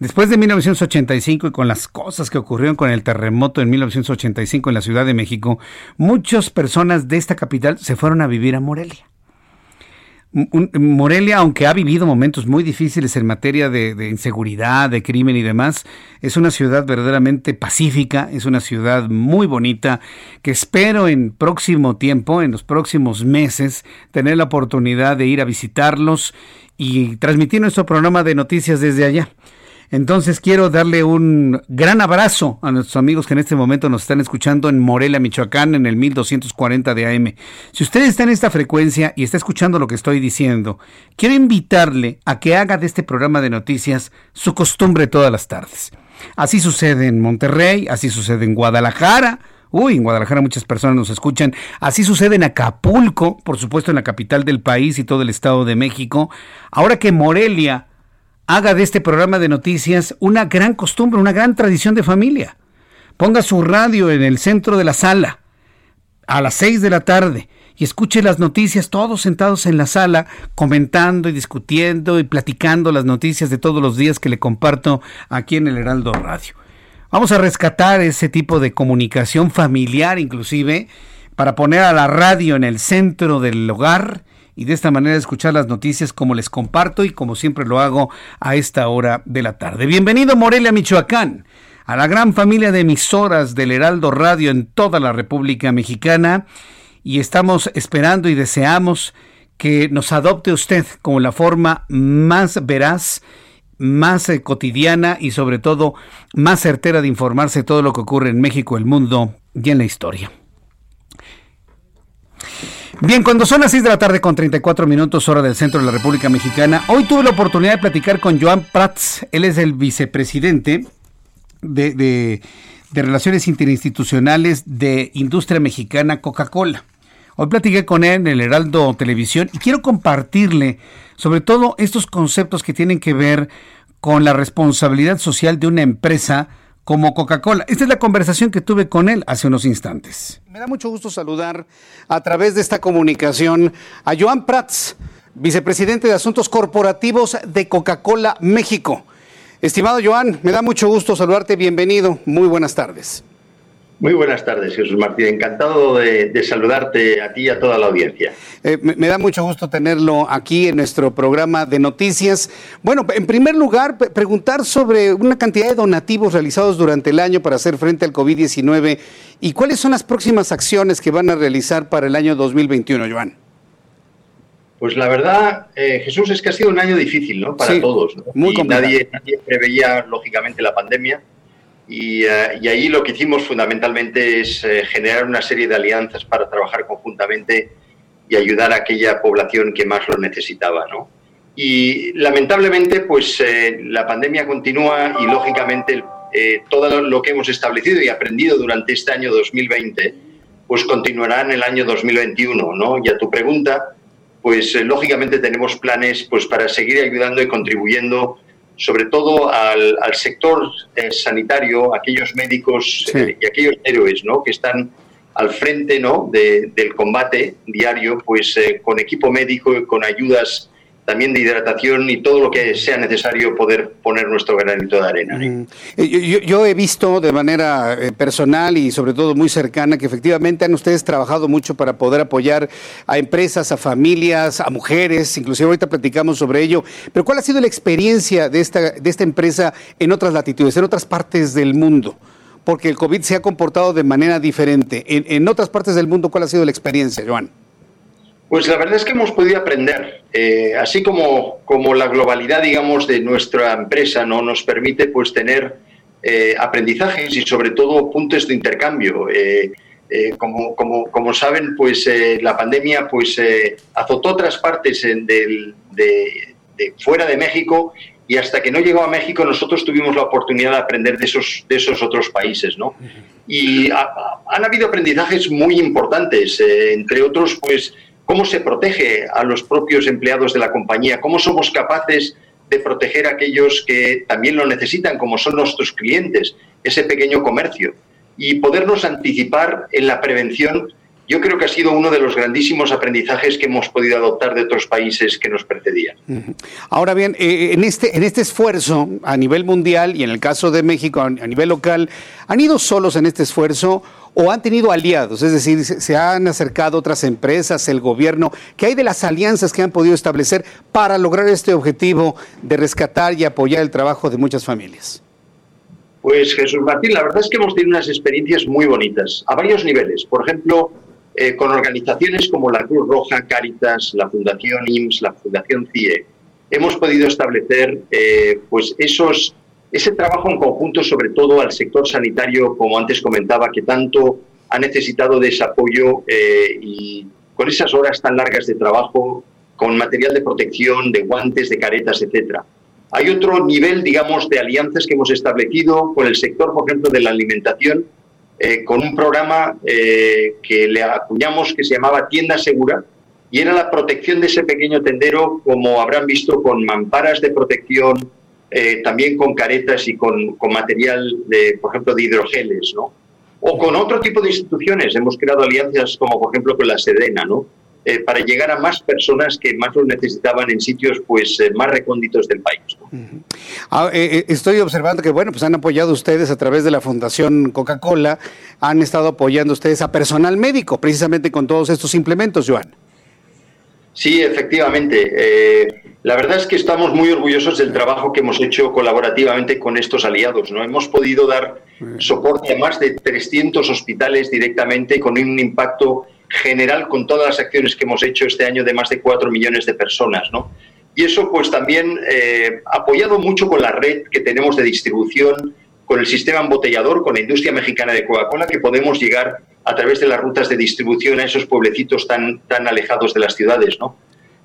Después de 1985 y con las cosas que ocurrieron con el terremoto en 1985 en la Ciudad de México, muchas personas de esta capital se fueron a vivir a Morelia. Morelia, aunque ha vivido momentos muy difíciles en materia de inseguridad, de crimen y demás, es una ciudad verdaderamente pacífica, es una ciudad muy bonita, que espero en próximo tiempo, en los próximos meses, tener la oportunidad de ir a visitarlos y transmitir nuestro programa de noticias desde allá. Entonces quiero darle un gran abrazo a nuestros amigos que en este momento nos están escuchando en Morelia, Michoacán, en el 1240 de AM. Si usted está en esta frecuencia y está escuchando lo que estoy diciendo, quiero invitarle a que haga de este programa de noticias su costumbre todas las tardes. Así sucede en Monterrey, así sucede en Guadalajara. En Guadalajara muchas personas nos escuchan. Así sucede en Acapulco, por supuesto en la capital del país y todo el Estado de México. Ahora que Morelia haga de este programa de noticias una gran costumbre, una gran tradición de familia. Ponga su radio en el centro de la sala a las 6 de la tarde y escuche las noticias todos sentados en la sala, comentando y discutiendo y platicando las noticias de todos los días que le comparto aquí en el Heraldo Radio. Vamos a rescatar ese tipo de comunicación familiar inclusive para poner a la radio en el centro del hogar y de esta manera escuchar las noticias como les comparto y como siempre lo hago a esta hora de la tarde. Bienvenido Morelia, Michoacán, a la gran familia de emisoras del Heraldo Radio en toda la República Mexicana, y estamos esperando y deseamos que nos adopte usted como la forma más veraz, más cotidiana y sobre todo más certera de informarse de todo lo que ocurre en México, el mundo y en la historia. Bien, cuando son las 6 de la tarde con 34 minutos hora del centro de la República Mexicana, hoy tuve la oportunidad de platicar con Joan Prats. Él es el vicepresidente de Relaciones Interinstitucionales de Industria Mexicana Coca-Cola. Hoy platiqué con él en el Heraldo Televisión y quiero compartirle sobre todo estos conceptos que tienen que ver con la responsabilidad social de una empresa como Coca-Cola. Esta es la conversación que tuve con él hace unos instantes. Me da mucho gusto saludar a través de esta comunicación a Joan Prats, vicepresidente de Asuntos Corporativos de Coca-Cola México. Estimado Joan, me da mucho gusto saludarte, bienvenido, muy buenas tardes. Muy buenas tardes, Jesús Martín. Encantado de saludarte a ti y a toda la audiencia. Me da mucho gusto tenerlo aquí en nuestro programa de noticias. Bueno, en primer lugar, preguntar sobre una cantidad de donativos realizados durante el año para hacer frente al COVID-19 y cuáles son las próximas acciones que van a realizar para el año 2021, Joan. Pues la verdad, Jesús, es que ha sido un año difícil, ¿no? Para todos, ¿no? Muy complicado. Nadie preveía, lógicamente, la pandemia. Y ahí lo que hicimos fundamentalmente es generar una serie de alianzas para trabajar conjuntamente y ayudar a aquella población que más lo necesitaba, ¿no? Y lamentablemente, pues la pandemia continúa y lógicamente todo lo que hemos establecido y aprendido durante este año 2020, pues continuará en el año 2021, ¿no? Y a tu pregunta, pues lógicamente tenemos planes pues para seguir ayudando y contribuyendo sobre todo al sector sanitario, aquellos médicos y aquellos héroes, ¿no? Que están al frente, ¿no? del combate diario, pues con equipo médico, con ayudas también de hidratación y todo lo que sea necesario poder poner nuestro granito de arena. Yo he visto de manera personal y sobre todo muy cercana que efectivamente han ustedes trabajado mucho para poder apoyar a empresas, a familias, a mujeres, inclusive ahorita platicamos sobre ello, pero ¿cuál ha sido la experiencia de esta empresa en otras latitudes, en otras partes del mundo? Porque el COVID se ha comportado de manera diferente. En otras partes del mundo, ¿cuál ha sido la experiencia, Joan? Pues la verdad es que hemos podido aprender, así como la globalidad, digamos, de nuestra empresa no nos permite pues tener aprendizajes y sobre todo puntos de intercambio. Como saben, pues la pandemia pues azotó otras partes de fuera de México y hasta que no llegó a México nosotros tuvimos la oportunidad de aprender de esos otros países, ¿no? Y han habido aprendizajes muy importantes, entre otros, pues cómo se protege a los propios empleados de la compañía, cómo somos capaces de proteger a aquellos que también lo necesitan, como son nuestros clientes, ese pequeño comercio, y podernos anticipar en la prevención. yo creo que ha sido uno de los grandísimos aprendizajes que hemos podido adoptar de otros países que nos precedían. Ahora bien, en este esfuerzo a nivel mundial y en el caso de México a nivel local, ¿han ido solos en este esfuerzo o han tenido aliados? Es decir, ¿se han acercado otras empresas, el gobierno? ¿Qué hay de las alianzas que han podido establecer para lograr este objetivo de rescatar y apoyar el trabajo de muchas familias? Pues Jesús Martín, la verdad es que hemos tenido unas experiencias muy bonitas, a varios niveles. Por ejemplo, con organizaciones como la Cruz Roja, Cáritas, la Fundación IMSS, la Fundación CIE, hemos podido establecer pues ese trabajo en conjunto, sobre todo al sector sanitario, como antes comentaba, que tanto ha necesitado de ese apoyo y con esas horas tan largas de trabajo, con material de protección, de guantes, de caretas, etcétera. Hay otro nivel, digamos, de alianzas que hemos establecido con el sector, por ejemplo, de la alimentación, con un programa que le acuñamos que se llamaba Tienda Segura, y era la protección de ese pequeño tendero, como habrán visto, con mamparas de protección, también con caretas y con material, por ejemplo, de hidrogeles, ¿no? O con otro tipo de instituciones. Hemos creado alianzas como, por ejemplo, con la Sedena, ¿no? Para llegar a más personas que más lo necesitaban en sitios pues más recónditos del país, ¿no? Estoy observando que, bueno, pues han apoyado ustedes a través de la Fundación Coca-Cola, han estado apoyando ustedes a personal médico, precisamente con todos estos implementos, Joan. Sí, efectivamente. La verdad es que estamos muy orgullosos del trabajo que hemos hecho colaborativamente con estos aliados, ¿no? Hemos podido dar soporte a más de 300 hospitales directamente, con un impacto general con todas las acciones que hemos hecho este año de más de 4 millones de personas, ¿no? Y eso pues también apoyado mucho con la red que tenemos de distribución, con el sistema embotellador, con la industria mexicana de Coca-Cola, que podemos llegar a través de las rutas de distribución a esos pueblecitos tan alejados de las ciudades, ¿no?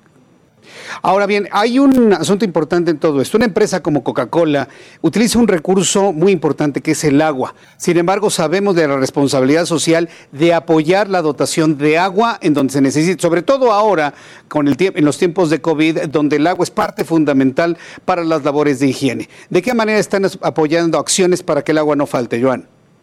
Ahora bien, hay un asunto importante en todo esto. Una empresa como Coca-Cola utiliza un recurso muy importante que es el agua. Sin embargo, sabemos de la responsabilidad social de apoyar la dotación de agua en donde se necesita, sobre todo ahora en los tiempos de COVID, donde el agua es parte fundamental para las labores de higiene. ¿De qué manera están apoyando acciones para que el agua no falte, Joan?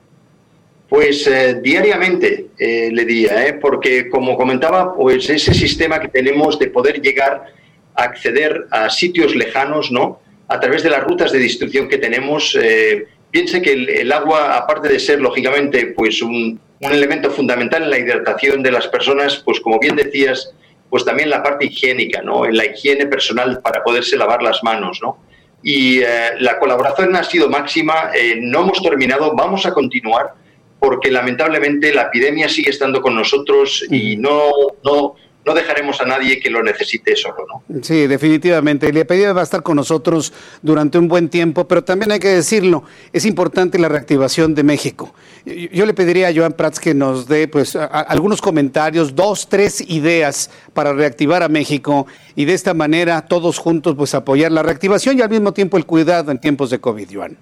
Pues diariamente, le diría, porque como comentaba, pues ese sistema que tenemos de poder llegar a acceder a sitios lejanos, ¿no? A través de las rutas de distribución que tenemos, piense que el agua, aparte de ser, lógicamente, pues un elemento fundamental en la hidratación de las personas, pues como bien decías, pues también la parte higiénica, ¿no? En la higiene personal para poderse lavar las manos, ¿no? Y la colaboración ha sido máxima, no hemos terminado, vamos a continuar, porque lamentablemente la epidemia sigue estando con nosotros y no dejaremos a nadie que lo necesite solo, ¿no? Sí, definitivamente. La epidemia va a estar con nosotros durante un buen tiempo, pero también hay que decirlo, es importante la reactivación de México. Yo le pediría a Joan Prats que nos dé pues algunos comentarios, 2, 3 ideas para reactivar a México y de esta manera todos juntos pues apoyar la reactivación y al mismo tiempo el cuidado en tiempos de COVID, Joan.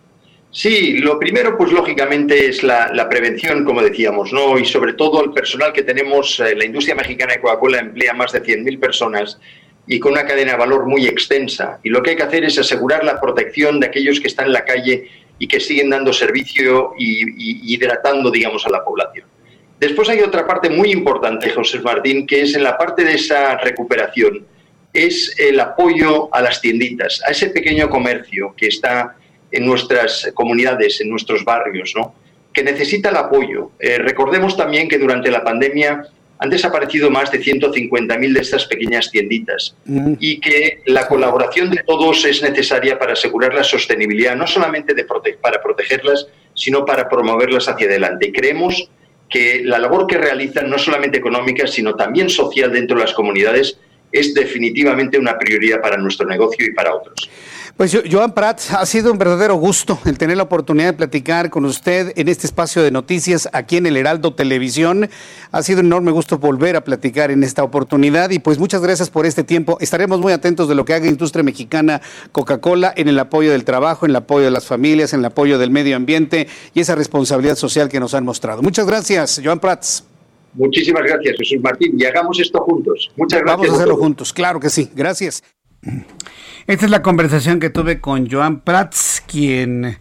Sí, lo primero, pues lógicamente es la prevención, como decíamos, ¿no? Y sobre todo el personal que tenemos, la industria mexicana de Coca-Cola emplea más de 100.000 personas y con una cadena de valor muy extensa. Y lo que hay que hacer es asegurar la protección de aquellos que están en la calle y que siguen dando servicio y hidratando, digamos, a la población. Después hay otra parte muy importante, José Martín, que es en la parte de esa recuperación, es el apoyo a las tienditas, a ese pequeño comercio que está en nuestras comunidades, en nuestros barrios, ¿no? Que necesita el apoyo. Recordemos también que durante la pandemia han desaparecido más de 150.000 de estas pequeñas tienditas y que la colaboración de todos es necesaria para asegurar la sostenibilidad, no solamente para protegerlas, sino para promoverlas hacia adelante. Y creemos que la labor que realizan, no solamente económica, sino también social dentro de las comunidades, es definitivamente una prioridad para nuestro negocio y para otros. Pues Joan Prats, ha sido un verdadero gusto el tener la oportunidad de platicar con usted en este espacio de noticias aquí en el Heraldo Televisión. Ha sido un enorme gusto volver a platicar en esta oportunidad y pues muchas gracias por este tiempo. Estaremos muy atentos de lo que haga la industria mexicana Coca-Cola en el apoyo del trabajo, en el apoyo de las familias, en el apoyo del medio ambiente y esa responsabilidad social que nos han mostrado. Muchas gracias, Joan Prats. Muchísimas gracias, Jesús Martín, y hagamos esto juntos. Muchas gracias. Vamos a hacerlo juntos, claro que sí. Gracias. Esta es la conversación que tuve con Joan Prats, quien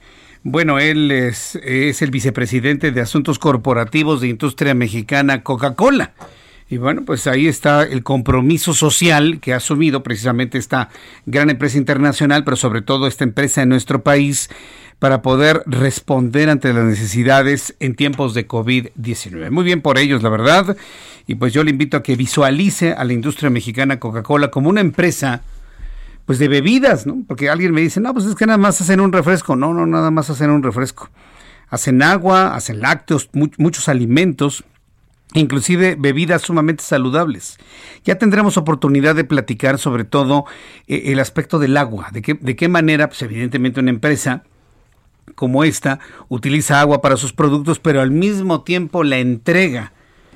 Bueno, él es el vicepresidente de Asuntos Corporativos de Industria Mexicana Coca-Cola. Y bueno, pues ahí está el compromiso social que ha asumido precisamente esta gran empresa internacional, pero sobre todo esta empresa en nuestro país, para poder responder ante las necesidades en tiempos de COVID-19. Muy bien por ellos, la verdad. Y pues yo le invito a que visualice a la industria mexicana Coca-Cola como una empresa pues de bebidas, ¿no? Porque alguien me dice, no, pues es que nada más hacen un refresco. No, nada más hacen un refresco. Hacen agua, hacen lácteos, muchos alimentos, inclusive bebidas sumamente saludables. Ya tendremos oportunidad de platicar sobre todo el aspecto del agua, de qué manera, pues evidentemente una empresa como esta utiliza agua para sus productos, pero al mismo tiempo la entrega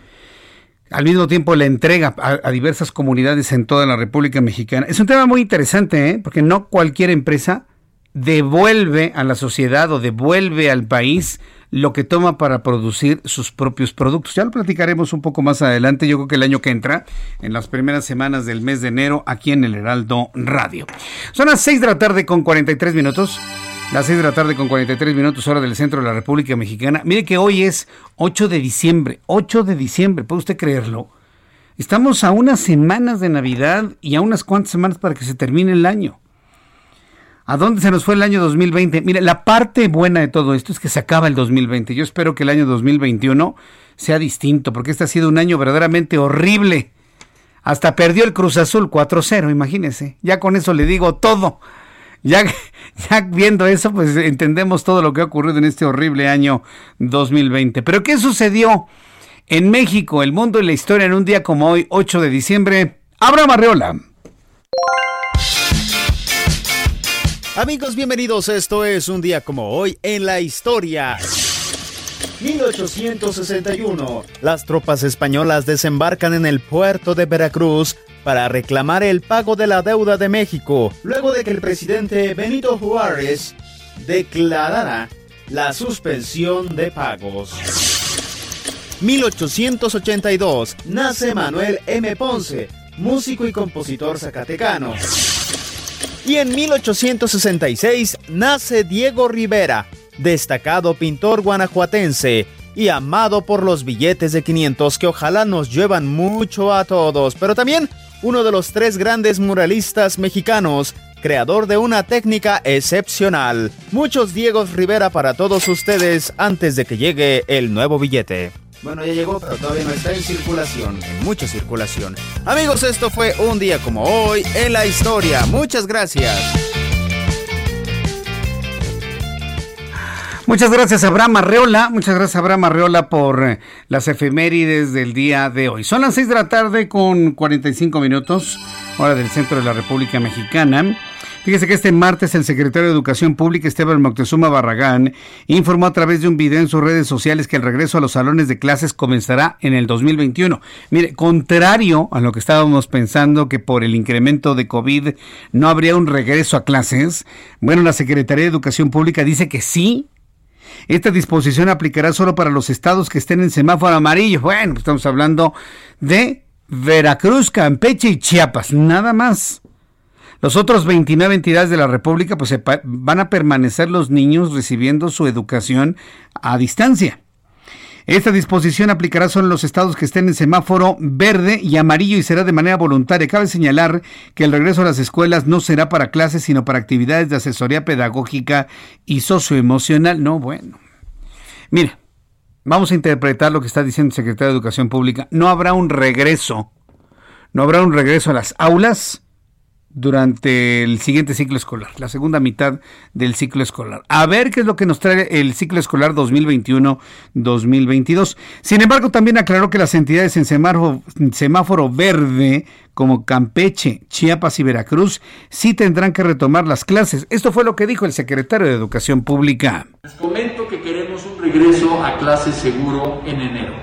a diversas comunidades en toda la República Mexicana. Es un tema muy interesante, porque no cualquier empresa devuelve a la sociedad o devuelve al país lo que toma para producir sus propios productos. Ya lo platicaremos un poco más adelante, yo creo que el año que entra, en las primeras semanas del mes de enero, aquí en el Heraldo Radio. Son las 6 de la tarde con 43 minutos. Las 6 de la tarde con 43 minutos, hora del centro de la República Mexicana. Mire que hoy es 8 de diciembre, ¿puede usted creerlo? Estamos a unas semanas de Navidad y a unas cuantas semanas para que se termine el año. ¿A dónde se nos fue el año 2020? Mire, la parte buena de todo esto es que se acaba el 2020. Yo espero que el año 2021 sea distinto, porque este ha sido un año verdaderamente horrible. Hasta perdió el Cruz Azul 4-0, imagínese. Ya con eso le digo todo. Ya viendo eso, pues entendemos todo lo que ha ocurrido en este horrible año 2020. Pero ¿qué sucedió en México, el mundo y la historia en un día como hoy, 8 de diciembre? Abraham Arreola. Amigos, bienvenidos. Esto es un día como hoy en la historia. 1861. Las tropas españolas desembarcan en el puerto de Veracruz para reclamar el pago de la deuda de México, luego de que el presidente Benito Juárez declarara la suspensión de pagos. 1882. Nace Manuel M. Ponce, músico y compositor zacatecano. Y en 1866 nace Diego Rivera, destacado pintor guanajuatense y amado por los billetes de 500 que ojalá nos llevan mucho a todos, pero también uno de los 3 grandes muralistas mexicanos, creador de una técnica excepcional. Muchos Diegos Rivera para todos ustedes antes de que llegue el nuevo billete. Bueno, ya llegó, pero todavía no está en circulación, en mucha circulación. Amigos, esto fue un día como hoy en la historia. Muchas gracias. Muchas gracias, Abraham Arreola. Muchas gracias, Abraham Arreola, por las efemérides del día de hoy. Son las 6 de la tarde con 45 minutos, hora del centro de la República Mexicana. Fíjese que este martes el secretario de Educación Pública, Esteban Moctezuma Barragán, informó a través de un video en sus redes sociales que el regreso a los salones de clases comenzará en el 2021. Mire, contrario a lo que estábamos pensando, que por el incremento de COVID no habría un regreso a clases, bueno, la Secretaría de Educación Pública dice que sí. Esta disposición aplicará solo para los estados que estén en semáforo amarillo. Bueno, pues estamos hablando de Veracruz, Campeche y Chiapas, nada más. Los otros 29 entidades de la República pues van a permanecer los niños recibiendo su educación a distancia. Esta disposición aplicará solo en los estados que estén en semáforo verde y amarillo y será de manera voluntaria. Cabe señalar que el regreso a las escuelas no será para clases, sino para actividades de asesoría pedagógica y socioemocional. No, bueno. Mira, vamos a interpretar lo que está diciendo el secretario de Educación Pública. No habrá un regreso a las aulas durante el siguiente ciclo escolar, la segunda mitad del ciclo escolar. A ver qué es lo que nos trae el ciclo escolar 2021-2022. Sin embargo, también aclaró que las entidades en semáforo verde, como Campeche, Chiapas y Veracruz, sí tendrán que retomar las clases. Esto fue lo que dijo el secretario de Educación Pública. Les comento que queremos un regreso a clases seguro en enero.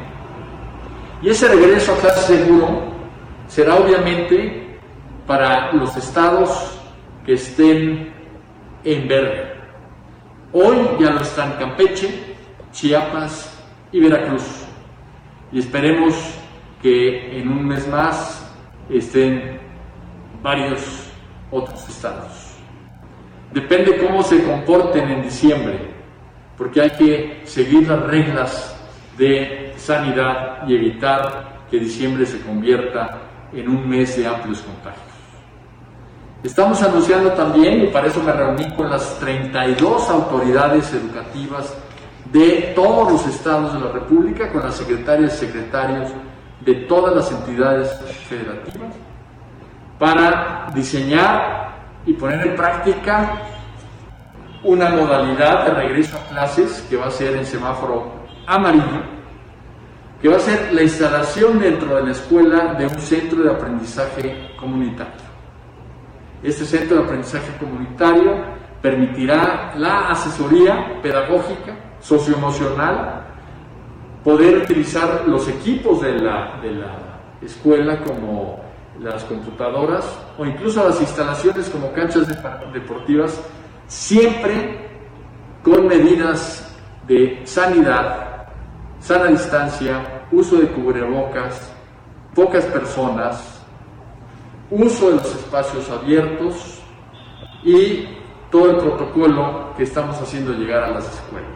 Y ese regreso a clases seguro será obviamente para los estados que estén en verde. Hoy ya lo están Campeche, Chiapas y Veracruz. Y esperemos que en un mes más estén varios otros estados. Depende cómo se comporten en diciembre porque hay que seguir las reglas de sanidad y evitar que diciembre se convierta en un mes de amplios contagios. Estamos anunciando también, y para eso me reuní con las 32 autoridades educativas de todos los estados de la República, con las secretarias y secretarios de todas las entidades federativas, para diseñar y poner en práctica una modalidad de regreso a clases que va a ser en semáforo amarillo, que va a ser la instalación dentro de la escuela de un centro de aprendizaje comunitario. Este centro de aprendizaje comunitario permitirá la asesoría pedagógica, socioemocional, poder utilizar los equipos de la escuela como las computadoras o incluso las instalaciones como canchas deportivas, siempre con medidas de sanidad, sana distancia, uso de cubrebocas, pocas personas, uso de los espacios abiertos y todo el protocolo que estamos haciendo llegar a las escuelas.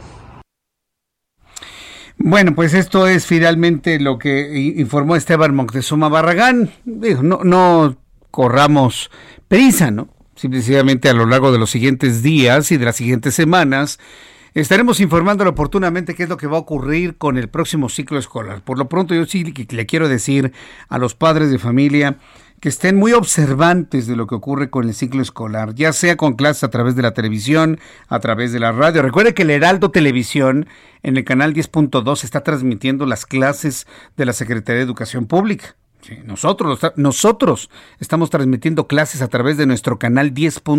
Bueno, pues esto es finalmente lo que informó Esteban Moctezuma Barragán. No corramos prisa, ¿no? Simplemente a lo largo de los siguientes días y de las siguientes semanas estaremos informándole oportunamente qué es lo que va a ocurrir con el próximo ciclo escolar. Por lo pronto yo sí le quiero decir a los padres de familia que estén muy observantes de lo que ocurre con el ciclo escolar, ya sea con clases a través de la televisión, a través de la radio. Recuerde que el Heraldo Televisión en el canal 10.2 está transmitiendo las clases de la Secretaría de Educación Pública. Sí, nosotros estamos transmitiendo clases a través de nuestro canal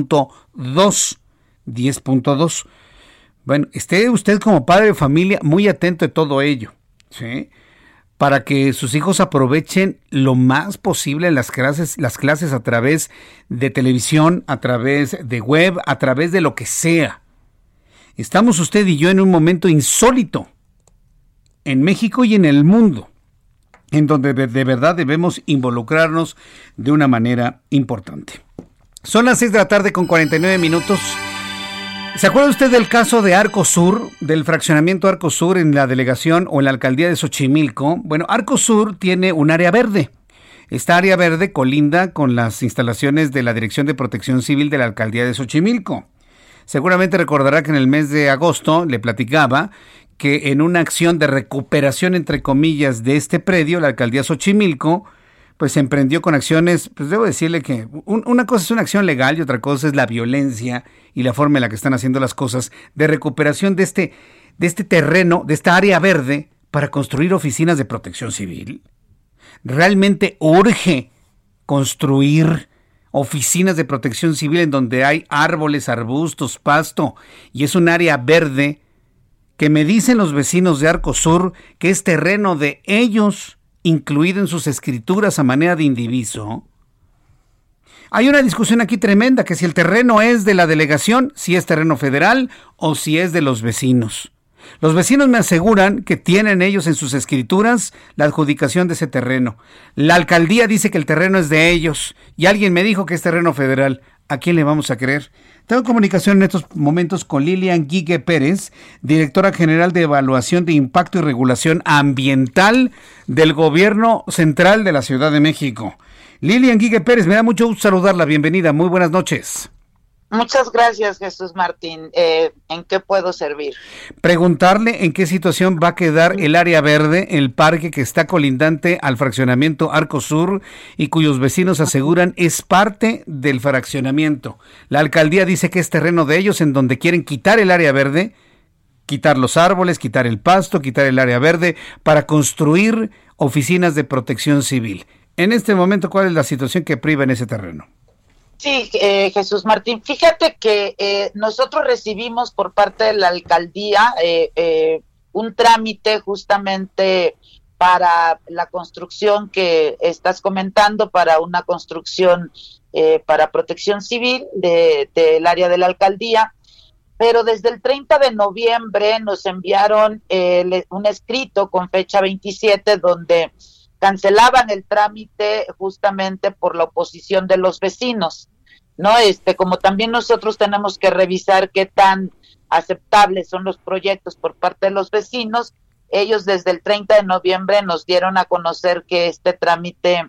10.2. Bueno, esté usted como padre de familia muy atento de todo ello, ¿sí? Para que sus hijos aprovechen lo más posible las clases a través de televisión, a través de web, a través de lo que sea. Estamos usted y yo en un momento insólito en México y en el mundo, en donde de verdad debemos involucrarnos de una manera importante. Son las 6 de la tarde con 49 minutos. ¿Se acuerda usted del caso de Arco Sur, del fraccionamiento Arco Sur en la delegación o en la alcaldía de Xochimilco? Bueno, Arco Sur tiene un área verde. Esta área verde colinda con las instalaciones de la Dirección de Protección Civil de la alcaldía de Xochimilco. Seguramente recordará que en el mes de agosto le platicaba que en una acción de recuperación, entre comillas, de este predio, la alcaldía de Xochimilco, pues se emprendió con acciones, pues debo decirle que una cosa es una acción legal y otra cosa es la violencia y la forma en la que están haciendo las cosas de recuperación de este terreno, de esta área verde para construir oficinas de protección civil. Realmente urge construir oficinas de protección civil en donde hay árboles, arbustos, pasto y es un área verde que me dicen los vecinos de Arco Sur que es terreno de ellos, incluido en sus escrituras a manera de indiviso. Hay una discusión aquí tremenda, que si el terreno es de la delegación, si es terreno federal o si es de los vecinos. Los vecinos me aseguran que tienen ellos en sus escrituras la adjudicación de ese terreno. La alcaldía dice que el terreno es de ellos y alguien me dijo que es terreno federal. ¿A quién le vamos a creer? Tengo comunicación en estos momentos con Lilian Guigue Pérez, directora general de Evaluación de Impacto y Regulación Ambiental del Gobierno Central de la Ciudad de México. Lilian Guigue Pérez, me da mucho gusto saludarla. Bienvenida, muy buenas noches. Muchas gracias, Jesús Martín. ¿En qué puedo servir? Preguntarle en qué situación va a quedar el área verde, el parque que está colindante al fraccionamiento Arco Sur y cuyos vecinos aseguran es parte del fraccionamiento. La alcaldía dice que es terreno de ellos en donde quieren quitar el área verde, quitar los árboles, quitar el pasto, quitar el área verde para construir oficinas de protección civil. En este momento, ¿cuál es la situación que priva en ese terreno? Sí, Jesús Martín, fíjate que nosotros recibimos por parte de la alcaldía un trámite justamente para la construcción que estás comentando, para una construcción para protección civil del área de la alcaldía, pero desde el 30 de noviembre nos enviaron un escrito con fecha 27 donde cancelaban el trámite justamente por la oposición de los vecinos. ¿no? Como también nosotros tenemos que revisar qué tan aceptables son los proyectos por parte de los vecinos. Ellos desde el 30 de noviembre nos dieron a conocer que este trámite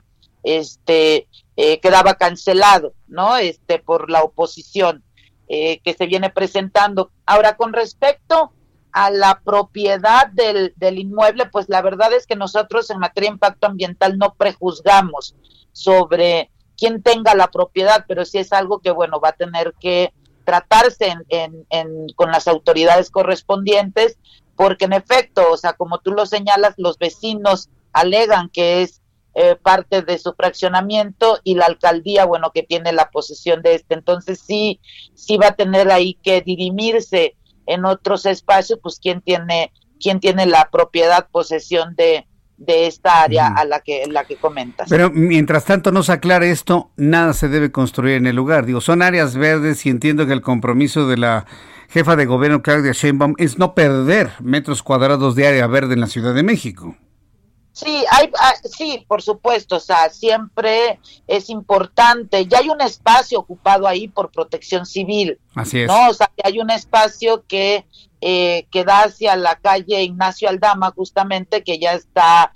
quedaba cancelado, ¿no? Por la oposición que se viene presentando. Ahora, con respecto a la propiedad del inmueble, pues la verdad es que nosotros en materia de impacto ambiental no prejuzgamos sobre quién tenga la propiedad, pero sí es algo que, bueno, va a tener que tratarse con las autoridades correspondientes, porque en efecto, o sea, como tú lo señalas, los vecinos alegan que es parte de su fraccionamiento y la alcaldía, bueno, que tiene la posesión de entonces sí va a tener ahí que dirimirse en otros espacios, pues quién tiene la propiedad, posesión de esta área a la que comentas. Pero mientras tanto no se aclare esto, nada se debe construir en el lugar. Digo, son áreas verdes y entiendo que el compromiso de la jefa de gobierno, Claudia Sheinbaum, es no perder metros cuadrados de área verde en la Ciudad de México. Sí, sí, por supuesto, o sea, siempre es importante. Ya hay un espacio ocupado ahí por Protección Civil. Así es. ¿No? O sea, hay un espacio que da hacia la calle Ignacio Aldama, justamente, que ya está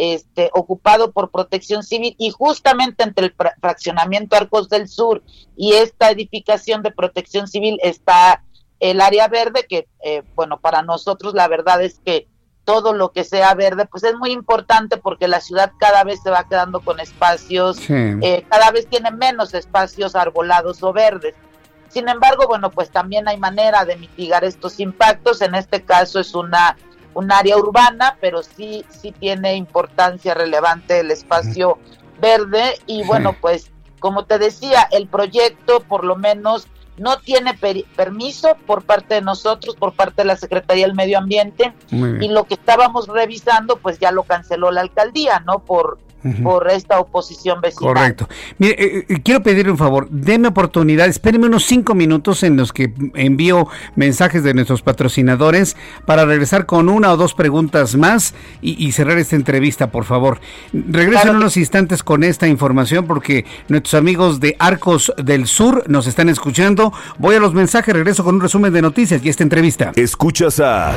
ocupado por Protección Civil, y justamente entre el fraccionamiento Arcos del Sur y esta edificación de Protección Civil está el área verde, que, bueno, para nosotros la verdad es que todo lo que sea verde, pues es muy importante porque la ciudad cada vez se va quedando con espacios, cada vez tiene menos espacios arbolados o verdes. Sin embargo, bueno, pues también hay manera de mitigar estos impactos. En este caso es un área urbana, pero sí tiene importancia relevante el espacio verde. Y bueno, pues como te decía, el proyecto por lo menos no tiene permiso por parte de nosotros, por parte de la Secretaría del Medio Ambiente, y lo que estábamos revisando, pues ya lo canceló la alcaldía, ¿no? Por esta oposición vecinal. Correcto. Mire, quiero pedirle un favor, deme oportunidad, espéreme unos 5 minutos en los que envío mensajes de nuestros patrocinadores para regresar con 1 o 2 preguntas más y cerrar esta entrevista, por favor. Regreso en unos instantes con esta información porque nuestros amigos de Arcos del Sur nos están escuchando. Voy a los mensajes, regreso con un resumen de noticias y esta entrevista. Escuchas a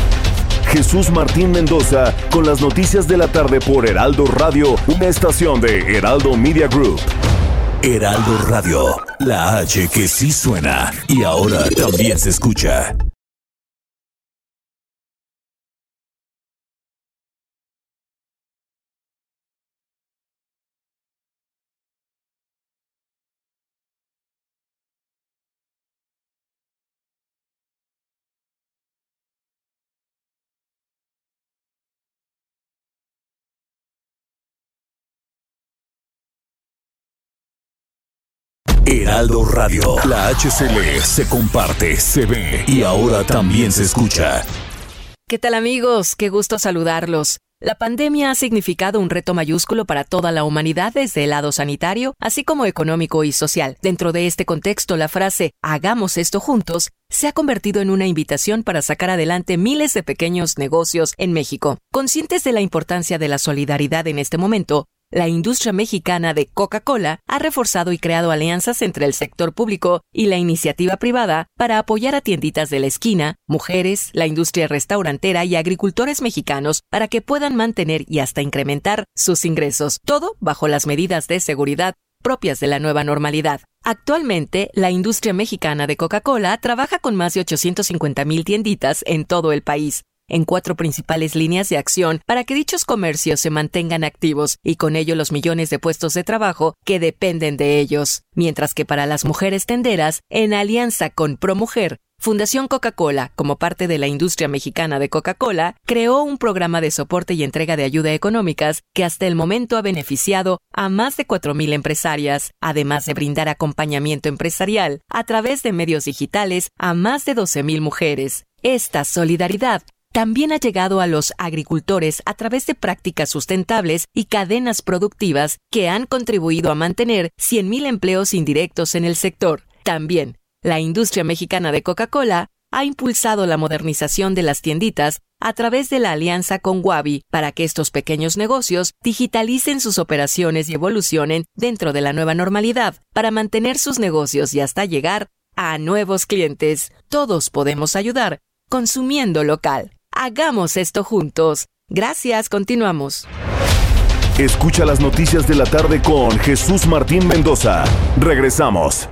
Jesús Martín Mendoza con las noticias de la tarde por Heraldo Radio, una estación de Heraldo Media Group. Heraldo Radio, la H que sí suena y ahora también se escucha. Heraldo Radio, la HCL se comparte, se ve y ahora también se escucha. ¿Qué tal, amigos? Qué gusto saludarlos. La pandemia ha significado un reto mayúsculo para toda la humanidad desde el lado sanitario, así como económico y social. Dentro de este contexto, la frase "hagamos esto juntos" se ha convertido en una invitación para sacar adelante miles de pequeños negocios en México. Conscientes de la importancia de la solidaridad en este momento, la industria mexicana de Coca-Cola ha reforzado y creado alianzas entre el sector público y la iniciativa privada para apoyar a tienditas de la esquina, mujeres, la industria restaurantera y agricultores mexicanos para que puedan mantener y hasta incrementar sus ingresos, todo bajo las medidas de seguridad propias de la nueva normalidad. Actualmente, la industria mexicana de Coca-Cola trabaja con más de 850,000 tienditas en todo el país, en 4 principales líneas de acción para que dichos comercios se mantengan activos y con ello los millones de puestos de trabajo que dependen de ellos. Mientras que para las mujeres tenderas, en alianza con ProMujer, Fundación Coca-Cola, como parte de la industria mexicana de Coca-Cola, creó un programa de soporte y entrega de ayuda económicas que hasta el momento ha beneficiado a más de 4,000 empresarias, además de brindar acompañamiento empresarial a través de medios digitales a más de 12,000 mujeres. Esta solidaridad también ha llegado a los agricultores a través de prácticas sustentables y cadenas productivas que han contribuido a mantener 100,000 empleos indirectos en el sector. También, la industria mexicana de Coca-Cola ha impulsado la modernización de las tienditas a través de la alianza con Wabi para que estos pequeños negocios digitalicen sus operaciones y evolucionen dentro de la nueva normalidad para mantener sus negocios y hasta llegar a nuevos clientes. Todos podemos ayudar consumiendo local. Hagamos esto juntos. Gracias, continuamos. Escucha las noticias de la tarde con Jesús Martín Mendoza. Regresamos.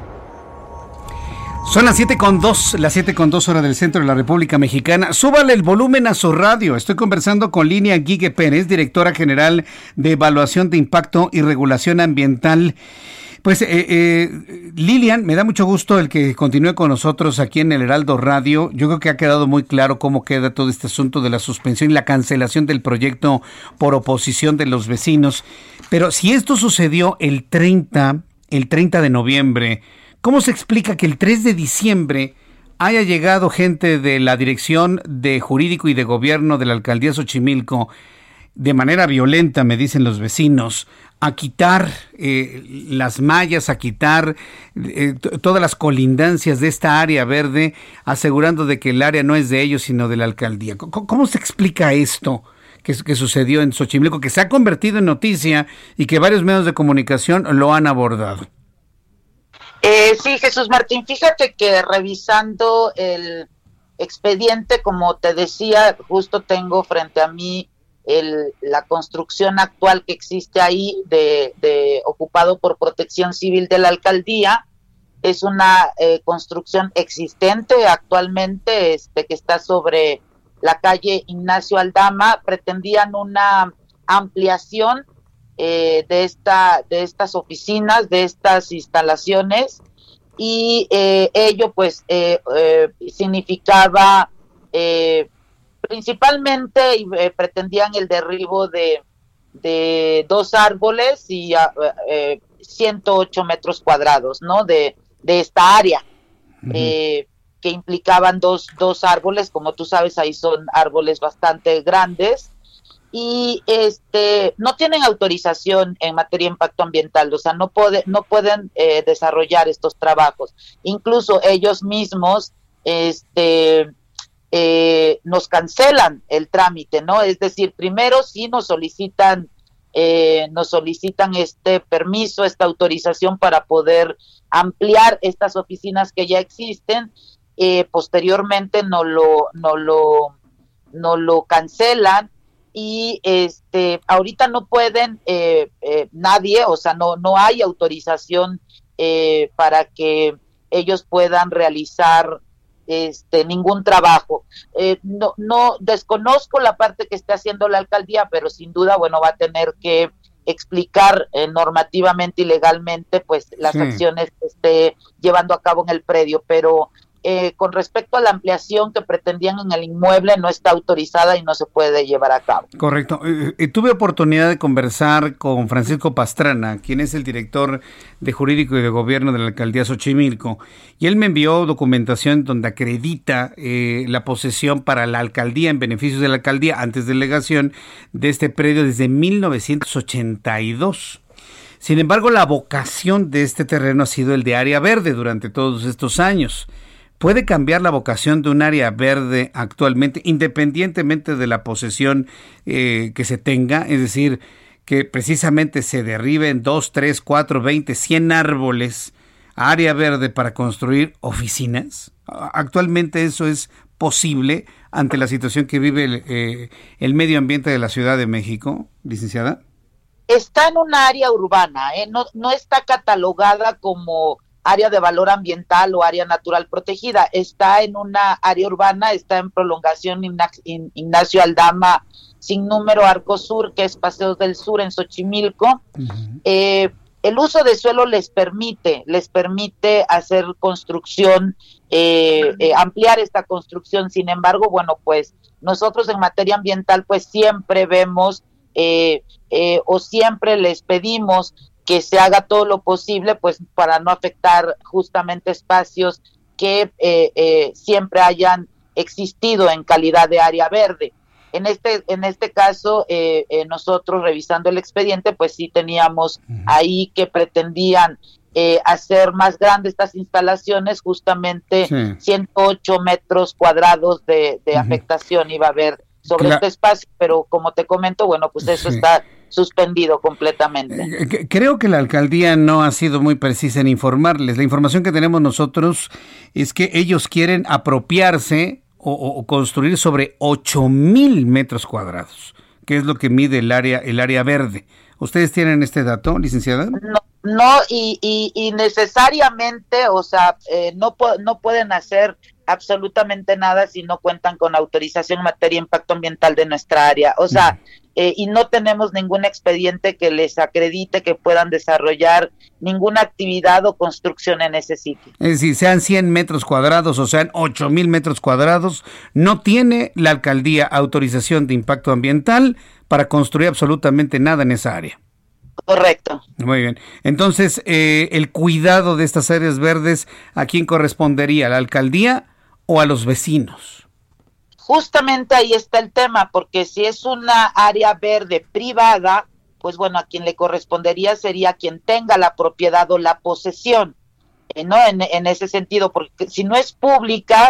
Son las 7:02 hora del centro de la República Mexicana. Súbale el volumen a su radio. Estoy conversando con Lilia Guigue Pérez, directora general de Evaluación de Impacto y Regulación Ambiental. Pues, Lilian, me da mucho gusto el que continúe con nosotros aquí en el Heraldo Radio. Yo creo que ha quedado muy claro cómo queda todo este asunto de la suspensión y la cancelación del proyecto por oposición de los vecinos. Pero si esto sucedió el 30 de noviembre, ¿cómo se explica que el 3 de diciembre haya llegado gente de la Dirección de Jurídico y de Gobierno de la Alcaldía Xochimilco de manera violenta, me dicen los vecinos, a quitar las mallas, a quitar todas las colindancias de esta área verde, asegurando de que el área no es de ellos, sino de la alcaldía? ¿Cómo se explica esto que sucedió en Xochimilco, que se ha convertido en noticia y que varios medios de comunicación lo han abordado? Sí, Jesús Martín, fíjate que revisando el expediente, como te decía, justo tengo frente a mí la construcción actual que existe ahí de ocupado por Protección Civil de la alcaldía. Es una construcción existente actualmente, que está sobre la calle Ignacio Aldama. Pretendían una ampliación de estas oficinas, de estas instalaciones, y ello pues significaba principalmente pretendían el derribo de 2 árboles y 108 metros cuadrados, ¿no? de esta área, que implicaban dos árboles. Como tú sabes, ahí son árboles bastante grandes, y no tienen autorización en materia de impacto ambiental, o sea, no pueden desarrollar estos trabajos. Incluso ellos mismos nos cancelan el trámite, ¿no? Es decir, primero sí nos solicitan este permiso, esta autorización para poder ampliar estas oficinas que ya existen. Posteriormente no lo cancelan, y ahorita no pueden nadie, o sea, no hay autorización para que ellos puedan realizar ningún trabajo. No desconozco la parte que esté haciendo la alcaldía, pero sin duda, bueno, va a tener que explicar normativamente y legalmente pues las acciones que esté llevando a cabo en el predio, pero con respecto a la ampliación que pretendían en el inmueble, no está autorizada y no se puede llevar a cabo. Correcto. Tuve oportunidad de conversar con Francisco Pastrana, quien es el director de Jurídico y de Gobierno de la Alcaldía Xochimilco, y él me envió documentación donde acredita la posesión para la alcaldía, en beneficio de la alcaldía, antes delegación, de este predio desde 1982. Sin embargo, la vocación de este terreno ha sido el de área verde durante todos estos años. ¿Puede cambiar la vocación de un área verde actualmente, independientemente de la posesión que se tenga? Es decir, que precisamente se derriben 2, 3, 4, 20, 100 árboles a área verde para construir oficinas. ¿Actualmente eso es posible ante la situación que vive el medio ambiente de la Ciudad de México, licenciada? Está en una área urbana, no está catalogada como área de valor ambiental o área natural protegida. Está en una área urbana, está en prolongación Ignacio Aldama, sin número Arco Sur, que es Paseos del Sur en Xochimilco. Uh-huh. El uso de suelo les permite hacer construcción, ampliar esta construcción. Sin embargo, bueno, pues nosotros en materia ambiental pues siempre vemos o siempre les pedimos que se haga todo lo posible pues para no afectar justamente espacios que siempre hayan existido en calidad de área verde. En este caso, nosotros revisando el expediente, pues sí teníamos ahí que pretendían hacer más grandes estas instalaciones, justamente 108 metros cuadrados de afectación iba a haber sobre este espacio, pero como te comento, bueno, pues eso está suspendido completamente. Creo que la alcaldía no ha sido muy precisa en informarles. La información que tenemos nosotros es que ellos quieren apropiarse o construir sobre 8,000 metros cuadrados, que es lo que mide el área verde. ¿Ustedes tienen este dato, licenciada? No, y necesariamente, o sea, no pueden hacer absolutamente nada si no cuentan con autorización en materia de impacto ambiental de nuestra área. O sea, y no tenemos ningún expediente que les acredite que puedan desarrollar ninguna actividad o construcción en ese sitio. Es decir, sean 100 metros cuadrados o sean 8,000 metros cuadrados, no tiene la alcaldía autorización de impacto ambiental para construir absolutamente nada en esa área. Correcto. Muy bien. Entonces, el cuidado de estas áreas verdes, ¿a quién correspondería? ¿A la alcaldía o a los vecinos? Justamente ahí está el tema, porque si es una área verde privada, pues bueno, a quien le correspondería sería quien tenga la propiedad o la posesión, ¿no? En ese sentido, porque si no es pública,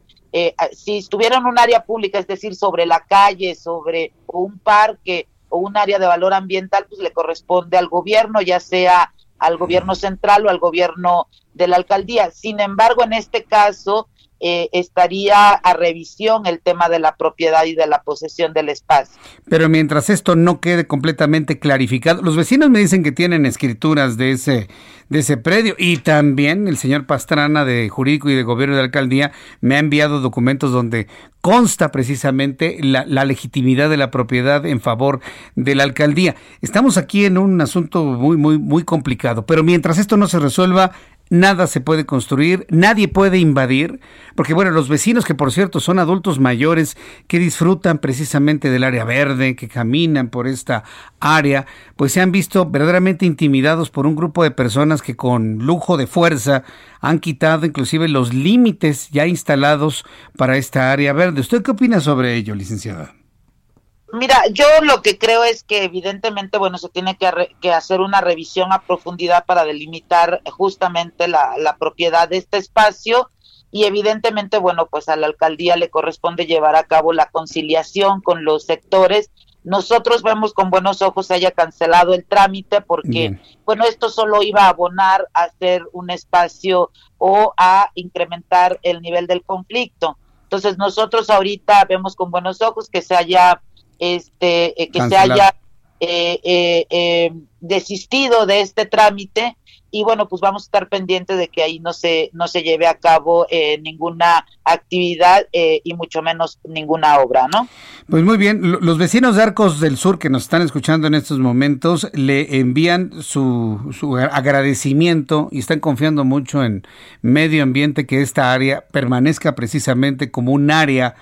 si estuviera en un área pública, es decir, sobre la calle, sobre un parque o un área de valor ambiental, pues le corresponde al gobierno, ya sea al gobierno central o al gobierno de la alcaldía. Sin embargo, en este caso, estaría a revisión el tema de la propiedad y de la posesión del espacio. Pero mientras esto no quede completamente clarificado, los vecinos me dicen que tienen escrituras de ese predio, y también el señor Pastrana de Jurídico y de Gobierno de la Alcaldía me ha enviado documentos donde consta precisamente la legitimidad de la propiedad en favor de la alcaldía. Estamos aquí en un asunto muy, muy, muy complicado, pero mientras esto no se resuelva, nada se puede construir, nadie puede invadir, porque bueno, los vecinos, que por cierto son adultos mayores que disfrutan precisamente del área verde, que caminan por esta área, pues se han visto verdaderamente intimidados por un grupo de personas que con lujo de fuerza han quitado inclusive los límites ya instalados para esta área verde. ¿Usted qué opina sobre ello, licenciada? Mira, yo lo que creo es que evidentemente, bueno, se tiene que hacer una revisión a profundidad para delimitar justamente la propiedad de este espacio, y evidentemente, bueno, pues a la alcaldía le corresponde llevar a cabo la conciliación con los sectores. Nosotros vemos con buenos ojos se haya cancelado el trámite porque, bueno, esto solo iba a abonar a hacer un espacio o a incrementar el nivel del conflicto. Entonces nosotros ahorita vemos con buenos ojos que se haya se haya desistido de este trámite, y bueno, pues vamos a estar pendientes de que ahí no se lleve a cabo ninguna actividad y mucho menos ninguna obra, ¿no? Pues muy bien, los vecinos de Arcos del Sur que nos están escuchando en estos momentos le envían su agradecimiento y están confiando mucho en Medio Ambiente, que esta área permanezca precisamente como un área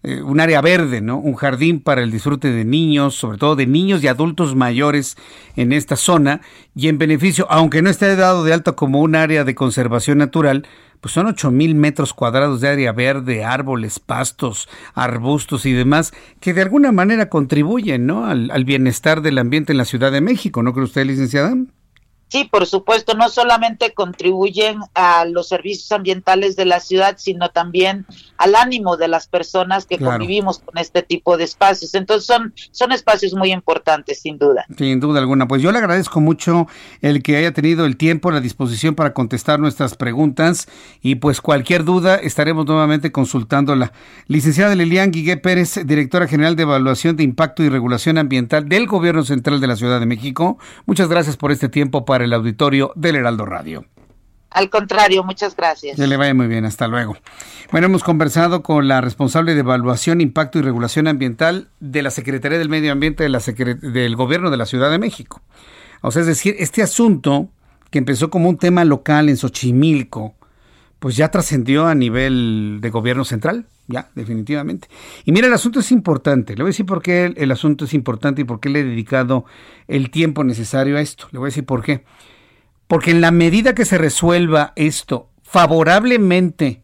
verde, ¿no? Un jardín para el disfrute de niños, sobre todo de niños y adultos mayores en esta zona, y en beneficio, aunque no esté dado de alta como un área de conservación natural, pues son 8,000 metros cuadrados de área verde, árboles, pastos, arbustos y demás, que de alguna manera contribuyen, ¿no? al bienestar del ambiente en la Ciudad de México, ¿no cree usted, licenciada? Sí, por supuesto, no solamente contribuyen a los servicios ambientales de la ciudad, sino también al ánimo de las personas que convivimos con este tipo de espacios. Entonces son espacios muy importantes, sin duda. Sin duda alguna. Pues yo le agradezco mucho el que haya tenido el tiempo, la disposición para contestar nuestras preguntas, y pues cualquier duda estaremos nuevamente consultándola. Licenciada Lilian Guigué Pérez, directora general de Evaluación de Impacto y Regulación Ambiental del Gobierno Central de la Ciudad de México, muchas gracias por este tiempo para el auditorio del Heraldo Radio. Al contrario, muchas gracias. Que le vaya muy bien, hasta luego. Bueno, hemos conversado con la responsable de Evaluación, Impacto y Regulación Ambiental de la Secretaría del Medio Ambiente del Gobierno de la Ciudad de México. O sea, es decir, este asunto que empezó como un tema local en Xochimilco, pues ya trascendió a nivel de gobierno central, ya, definitivamente. Y mira, el asunto es importante. Le voy a decir por qué el asunto es importante y por qué le he dedicado el tiempo necesario a esto. Le voy a decir por qué. Porque en la medida que se resuelva esto favorablemente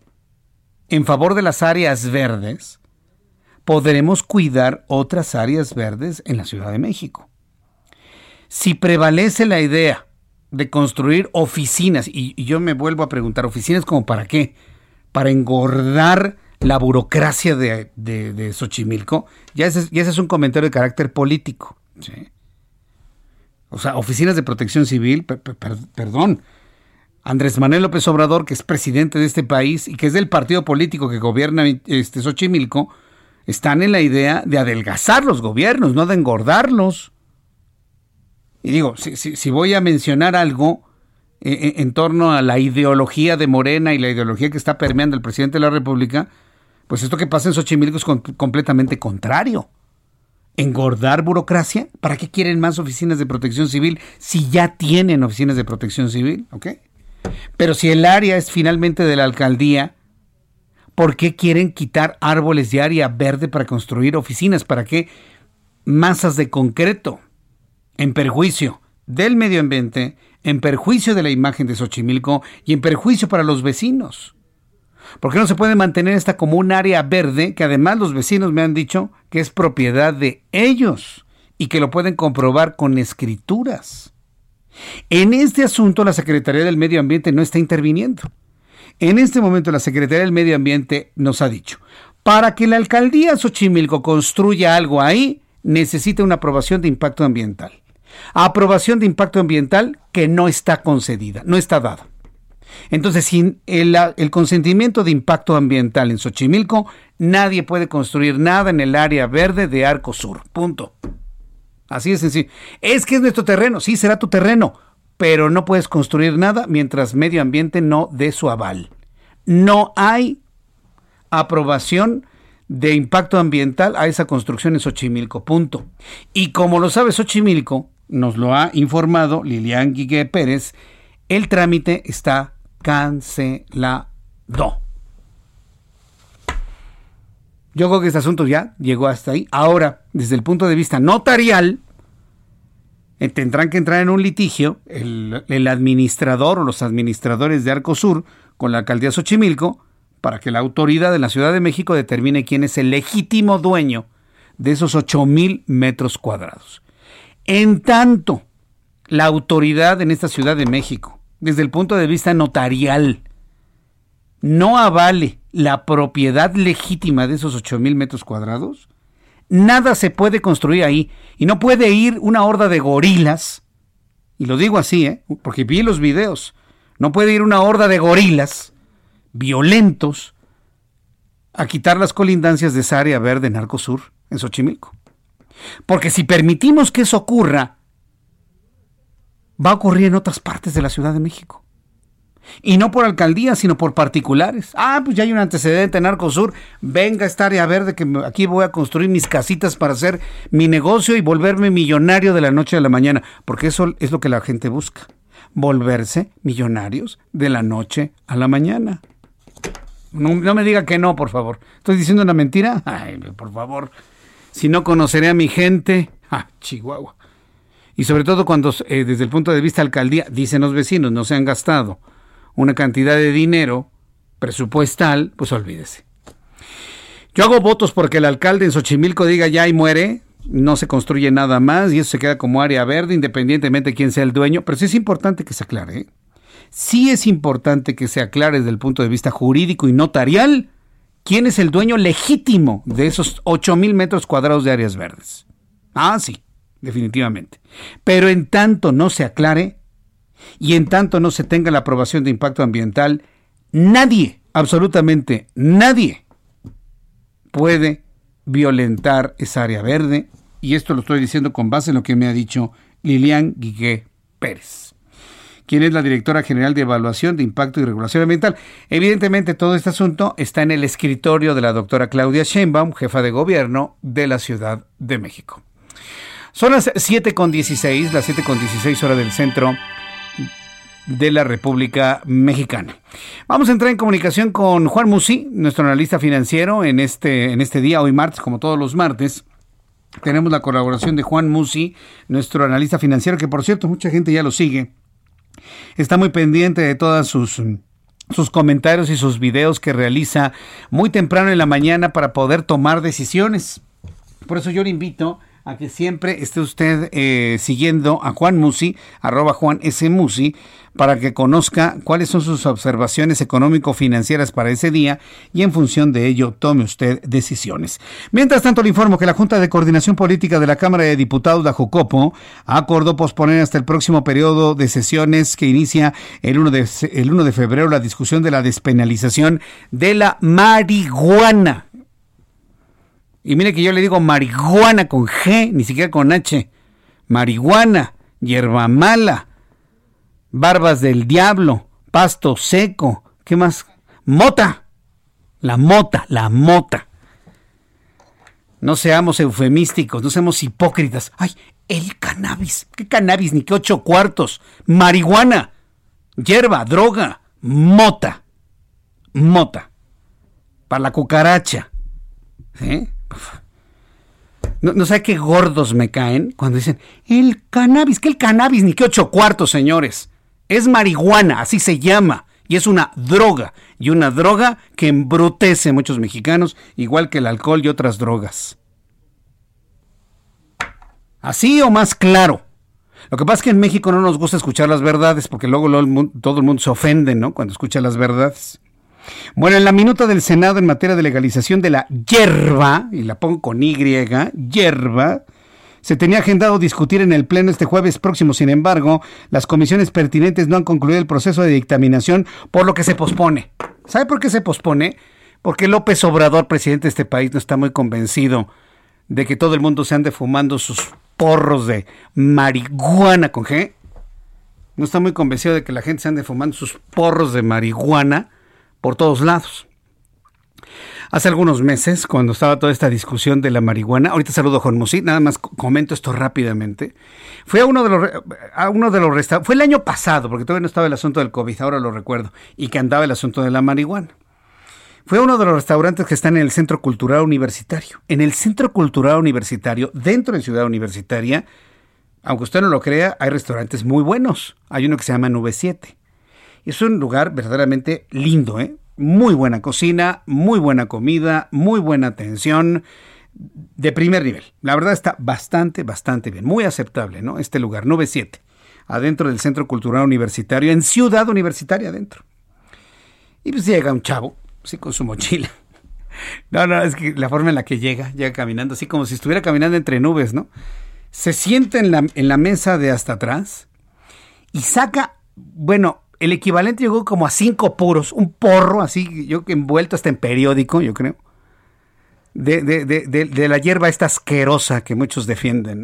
en favor de las áreas verdes, podremos cuidar otras áreas verdes en la Ciudad de México. Si prevalece la idea de construir oficinas, y yo me vuelvo a preguntar, ¿oficinas como para qué? Para engordar la burocracia de Xochimilco, ya ese es un comentario de carácter político, ¿sí? O sea, oficinas de protección civil, perdón, Andrés Manuel López Obrador, que es presidente de este país y que es del partido político que gobierna Xochimilco, están en la idea de adelgazar los gobiernos, no de engordarlos. Y digo, si voy a mencionar algo en torno a la ideología de Morena y la ideología que está permeando el presidente de la República, pues esto que pasa en Xochimilco es completamente contrario. ¿Engordar burocracia? ¿Para qué quieren más oficinas de protección civil si ya tienen oficinas de protección civil? ¿Ok? Pero si el área es finalmente de la alcaldía, ¿por qué quieren quitar árboles de área verde para construir oficinas? ¿Para qué masas de concreto? En perjuicio del medio ambiente, en perjuicio de la imagen de Xochimilco y en perjuicio para los vecinos. ¿Por qué no se puede mantener esta como un área verde que además los vecinos me han dicho que es propiedad de ellos y que lo pueden comprobar con escrituras? En este asunto la Secretaría del Medio Ambiente no está interviniendo. En este momento la Secretaría del Medio Ambiente nos ha dicho, para que la alcaldía Xochimilco construya algo ahí, necesita una aprobación de impacto ambiental. Aprobación de impacto ambiental que no está concedida, no está dada. Entonces, sin el consentimiento de impacto ambiental en Xochimilco, nadie puede construir nada en el área verde de Arco Sur. Punto. Así de sencillo. Es que es nuestro terreno. Sí, será tu terreno, pero no puedes construir nada mientras medio ambiente no dé su aval. No hay aprobación de impacto ambiental a esa construcción en Xochimilco. Punto. Y como lo sabe Xochimilco, nos lo ha informado Lilian Guigué Pérez, el trámite está cancelado. Yo creo que este asunto ya llegó hasta ahí. Ahora, desde el punto de vista notarial, tendrán que entrar en un litigio el administrador o los administradores de Arco Sur con la alcaldía Xochimilco para que la autoridad de la Ciudad de México determine quién es el legítimo dueño de esos 8,000 metros cuadrados. En tanto, la autoridad en esta Ciudad de México, desde el punto de vista notarial, no avale la propiedad legítima de esos 8,000 metros cuadrados, nada se puede construir ahí. Y no puede ir una horda de gorilas, y lo digo así, porque vi los videos, no puede ir una horda de gorilas violentos a quitar las colindancias de esa área verde en Arco Sur, en Xochimilco. Porque si permitimos que eso ocurra, va a ocurrir en otras partes de la Ciudad de México. Y no por alcaldías, sino por particulares. Pues ya hay un antecedente en Arco Sur. Venga esta área verde que aquí voy a construir mis casitas para hacer mi negocio y volverme millonario de la noche a la mañana. Porque eso es lo que la gente busca. Volverse millonarios de la noche a la mañana. No me diga que no, por favor. ¿Estoy diciendo una mentira? Ay, por favor. Si no conoceré a mi gente. Chihuahua. Y sobre todo cuando desde el punto de vista alcaldía, dicen los vecinos, no se han gastado una cantidad de dinero presupuestal, pues olvídese. Yo hago votos porque el alcalde en Xochimilco diga ya y muere, no se construye nada más y eso se queda como área verde independientemente de quién sea el dueño, pero sí es importante que se aclare. Sí es importante que se aclare desde el punto de vista jurídico y notarial quién es el dueño legítimo de esos 8,000 metros cuadrados de áreas verdes. Sí, definitivamente. Pero en tanto no se aclare y en tanto no se tenga la aprobación de impacto ambiental, nadie, absolutamente nadie, puede violentar esa área verde. Y esto lo estoy diciendo con base en lo que me ha dicho Lilian Guigué Pérez, quien es la directora general de Evaluación de Impacto y Regulación Ambiental. Evidentemente todo este asunto está en el escritorio de la doctora Claudia Sheinbaum, jefa de gobierno de la Ciudad de México. Son las 7:16, las 7:16 hora del centro de la República Mexicana. Vamos a entrar en comunicación con Juan Musi, nuestro analista financiero, en este día, hoy martes, como todos los martes. Tenemos la colaboración de Juan Musi, nuestro analista financiero, que por cierto, mucha gente ya lo sigue. Está muy pendiente de todas sus comentarios y sus videos que realiza muy temprano en la mañana para poder tomar decisiones. Por eso yo le invito a que siempre esté usted siguiendo a Juan Musi, @JuanSMusi, para que conozca cuáles son sus observaciones económico-financieras para ese día y en función de ello tome usted decisiones. Mientras tanto, le informo que la Junta de Coordinación Política de la Cámara de Diputados, la Jucopo, acordó posponer hasta el próximo periodo de sesiones que inicia el 1 de febrero la discusión de la despenalización de la marihuana. Y mire que yo le digo marihuana con G, ni siquiera con H. Marihuana, hierba mala, barbas del diablo, pasto seco, ¿qué más? Mota. La mota. No seamos eufemísticos, no seamos hipócritas. Ay, el cannabis. ¿Qué cannabis? Ni que 8 cuartos. Marihuana, hierba, droga, mota. Para la cucaracha. ¿Sí? No sé qué gordos me caen cuando dicen el cannabis, que el cannabis ni que 8 cuartos, señores. Es marihuana, así se llama, y es una droga, y una droga que embrutece a muchos mexicanos, igual que el alcohol y otras drogas. Así o más claro. Lo que pasa es que en México no nos gusta escuchar las verdades, porque luego todo el mundo se ofende, ¿no?, cuando escucha las verdades. Bueno, en la minuta del Senado en materia de legalización de la hierba, y la pongo con Y, hierba, se tenía agendado discutir en el Pleno este jueves próximo. Sin embargo, las comisiones pertinentes no han concluido el proceso de dictaminación, por lo que se pospone. ¿Sabe por qué se pospone? Porque López Obrador, presidente de este país, no está muy convencido de que todo el mundo se ande fumando sus porros de marihuana con G. No está muy convencido de que la gente se ande fumando sus porros de marihuana por todos lados. Hace algunos meses, cuando estaba toda esta discusión de la marihuana, ahorita saludo a Juan Musi, nada más comento esto rápidamente, fue a uno de los restaurantes, fue el año pasado, porque todavía no estaba el asunto del COVID, ahora lo recuerdo, y que andaba el asunto de la marihuana. Fue a uno de los restaurantes que están en el Centro Cultural Universitario. En el Centro Cultural Universitario, dentro de Ciudad Universitaria, aunque usted no lo crea, hay restaurantes muy buenos. Hay uno que se llama Nube 7. Es un lugar verdaderamente lindo, muy buena cocina, muy buena comida, muy buena atención, de primer nivel. La verdad está bastante bien, muy aceptable, ¿no? Este lugar, Nube 7, adentro del Centro Cultural Universitario, en Ciudad Universitaria adentro. Y pues llega un chavo, así con su mochila. No, es que la forma en la que llega caminando, así como si estuviera caminando entre nubes, ¿no? Se sienta en la mesa de hasta atrás y saca, bueno, el equivalente llegó como a 5 puros, un porro así, yo envuelto hasta en periódico, yo creo, de la hierba esta asquerosa que muchos defienden, ¿no?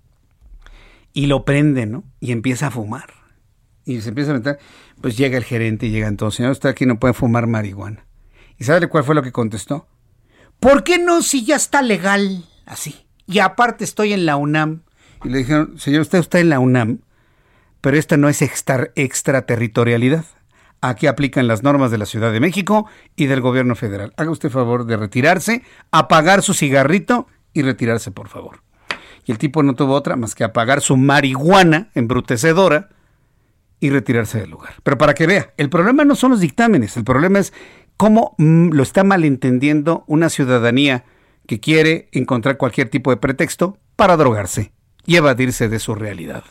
Y lo prende, ¿no? Y empieza a fumar. Y se empieza a meter, pues llega el gerente y llega entonces, señor, usted aquí no puede fumar marihuana. ¿Y sabe cuál fue lo que contestó? ¿Por qué no, si ya está legal? Así. Y aparte estoy en la UNAM. Y le dijeron, señor, usted está en la UNAM, pero esta no es extraterritorialidad. Aquí aplican las normas de la Ciudad de México y del gobierno federal. Haga usted favor de retirarse, apagar su cigarrito y retirarse, por favor. Y el tipo no tuvo otra más que apagar su marihuana embrutecedora y retirarse del lugar. Pero para que vea, el problema no son los dictámenes, el problema es cómo lo está malentendiendo una ciudadanía que quiere encontrar cualquier tipo de pretexto para drogarse y evadirse de su realidad.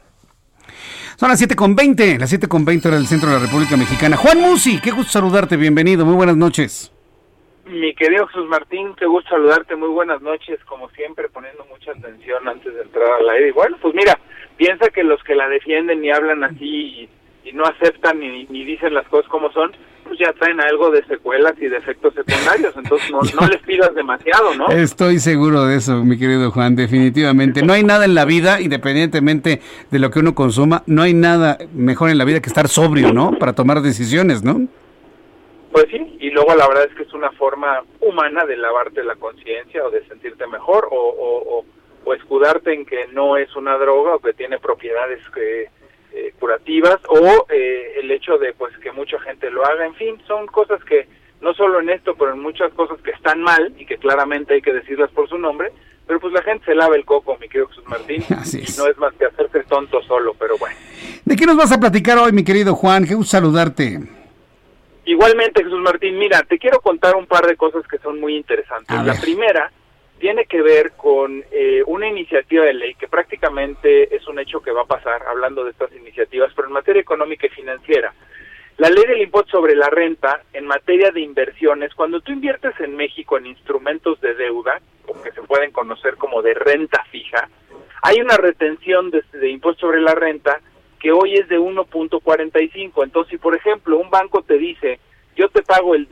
Son las 7:20 hora del centro de la República Mexicana. Juan Musi, qué gusto saludarte, bienvenido, muy buenas noches. Mi querido Jesús Martín, qué gusto saludarte, muy buenas noches, como siempre poniendo mucha atención antes de entrar al aire. Y bueno, pues mira, piensa que los que la defienden y hablan así y no aceptan ni dicen las cosas como son, pues ya traen algo de secuelas y de efectos secundarios, entonces no les pidas demasiado, ¿no? Estoy seguro de eso, mi querido Juan, definitivamente. No hay nada en la vida, independientemente de lo que uno consuma, no hay nada mejor en la vida que estar sobrio, ¿no? Para tomar decisiones, ¿no? Pues sí, y luego la verdad es que es una forma humana de lavarte la conciencia o de sentirte mejor o escudarte en que no es una droga o que tiene propiedades curativas o el hecho de pues que mucha gente lo haga. En fin, son cosas que no solo en esto, pero en muchas cosas que están mal y que claramente hay que decirlas por su nombre, pero pues la gente se lava el coco, mi querido Jesús Martín. Así es. Y no es más que hacerse tonto solo, pero bueno. ¿De qué nos vas a platicar hoy, mi querido Juan? Qué gusto saludarte. Igualmente, Jesús Martín, mira, te quiero contar un par de cosas que son muy interesantes. La primera tiene que ver con una iniciativa de ley que prácticamente es un hecho que va a pasar, hablando de estas iniciativas, pero en materia económica y financiera. La ley del impuesto sobre la renta en materia de inversiones, cuando tú inviertes en México en instrumentos de deuda, que se pueden conocer como de renta fija, hay una retención de impuesto sobre la renta que hoy es de 1.45. Entonces, si por ejemplo un banco te dice, yo te pago el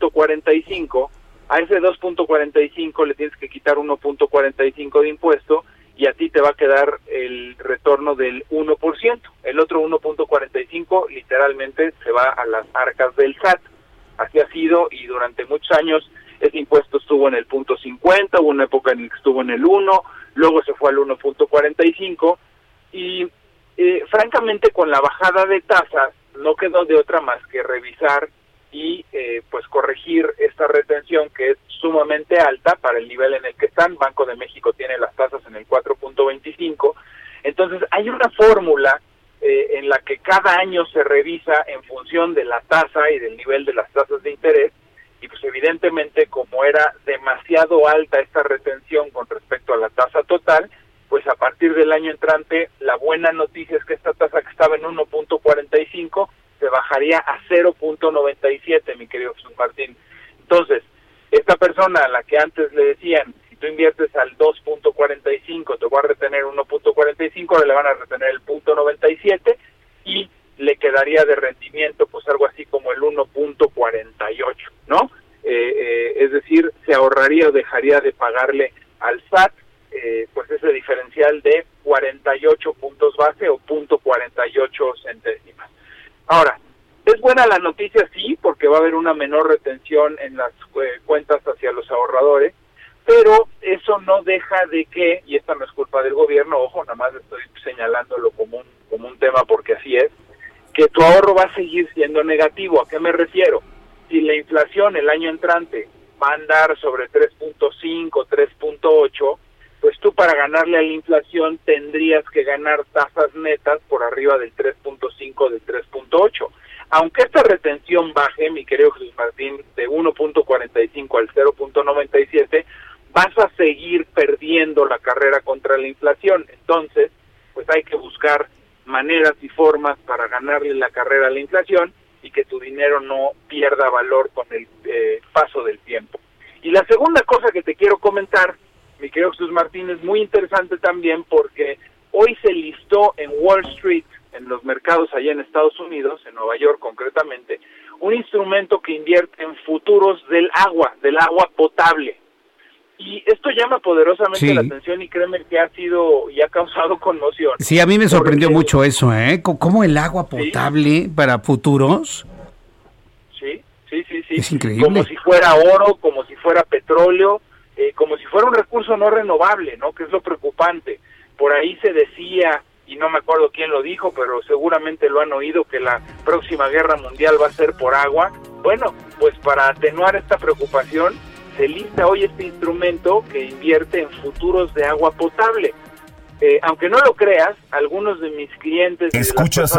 2.45, a ese 2.45 le tienes que quitar 1.45 de impuesto y a ti te va a quedar el retorno del 1%. El otro 1.45 literalmente se va a las arcas del SAT. Así ha sido, y durante muchos años ese impuesto estuvo en el 0.50, hubo una época en la que estuvo en el 1, luego se fue al 1.45 y francamente con la bajada de tasas no quedó de otra más que revisar y pues corregir esta retención que es sumamente alta para el nivel en el que están. Banco de México tiene las tasas en el 4.25, entonces hay una fórmula en la que cada año se revisa en función de la tasa y del nivel de las tasas de interés, y pues evidentemente como era demasiado alta esta retención con respecto a la tasa total, pues a partir del año entrante la buena noticia es que esta tasa que estaba en 1.45 se bajaría a 0.97, mi querido Jesús Martín. Entonces, esta persona a la que antes le decían, si tú inviertes al 2.45 te voy a retener 1.45, ahora le van a retener el 0.97 y le quedaría de rendimiento pues algo así como el 1.48, ¿no? Es decir, se ahorraría o dejaría de pagarle al SAT pues ese diferencial de 48 puntos base o 0.48 centésimas. Ahora, ¿es buena la noticia? Sí, porque va a haber una menor retención en las cuentas hacia los ahorradores, pero eso no deja de que, y esta no es culpa del gobierno, ojo, nada más estoy señalándolo como un tema porque así es, que tu ahorro va a seguir siendo negativo. ¿A qué me refiero? Si la inflación el año entrante va a andar sobre 3.5, 3.8, pues tú para ganarle a la inflación tendrías que ganar tasas netas por arriba del 3.5, del 3.8. Aunque esta retención baje, mi querido Jesús Martín, de 1.45 al 0.97, vas a seguir perdiendo la carrera contra la inflación. Entonces, pues hay que buscar maneras y formas para ganarle la carrera a la inflación y que tu dinero no pierda valor con el paso del tiempo. Y la segunda cosa que te quiero comentar, mi querido Jesús Martín, es muy interesante también porque hoy se listó en Wall Street, en los mercados allá en Estados Unidos, en Nueva York concretamente, un instrumento que invierte en futuros del agua potable. Y esto llama poderosamente la atención y créeme que ha sido y ha causado conmoción. Sí, a mí me sorprendió mucho eso, ¿eh? ¿Cómo el agua potable para futuros? Sí. Es increíble. Como si fuera oro, como si fuera petróleo, como si fuera un recurso no renovable, ¿no? Que es lo preocupante. Por ahí se decía, y no me acuerdo quién lo dijo, pero seguramente lo han oído, que la próxima guerra mundial va a ser por agua. Bueno, pues para atenuar esta preocupación, se lista hoy este instrumento que invierte en futuros de agua potable. Aunque no lo creas, algunos de mis clientes escuchas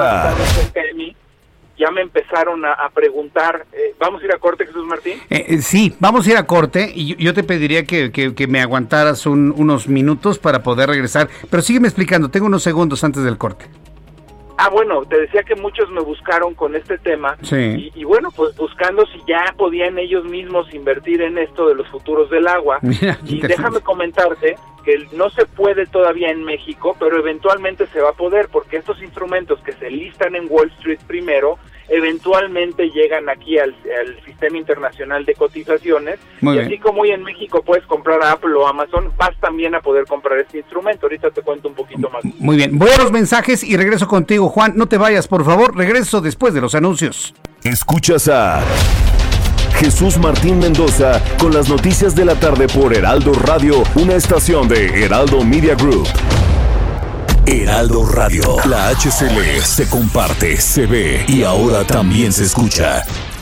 ya me empezaron a preguntar. ¿Vamos a ir a corte, Jesús Martín? Sí, vamos a ir a corte y yo te pediría que me aguantaras unos minutos para poder regresar, pero sígueme explicando, tengo unos segundos antes del corte. Bueno, te decía que muchos me buscaron con este tema, sí. y bueno, pues buscando si ya podían ellos mismos invertir en esto de los futuros del agua. Mira, y déjame comentarte que no se puede todavía en México, pero eventualmente se va a poder, porque estos instrumentos que se listan en Wall Street primero, eventualmente llegan aquí al sistema internacional de cotizaciones. Muy y bien. Así como hoy en México puedes comprar a Apple o Amazon, vas también a poder comprar este instrumento. Ahorita te cuento un poquito más. Muy bien, voy a los mensajes y regreso contigo, Juan. No te vayas, por favor. Regreso después de los anuncios. Escuchas a Jesús Martín Mendoza con las noticias de la tarde por Heraldo Radio, una estación de Heraldo Media Group. Heraldo Radio, la HCL se comparte, se ve y ahora también se escucha.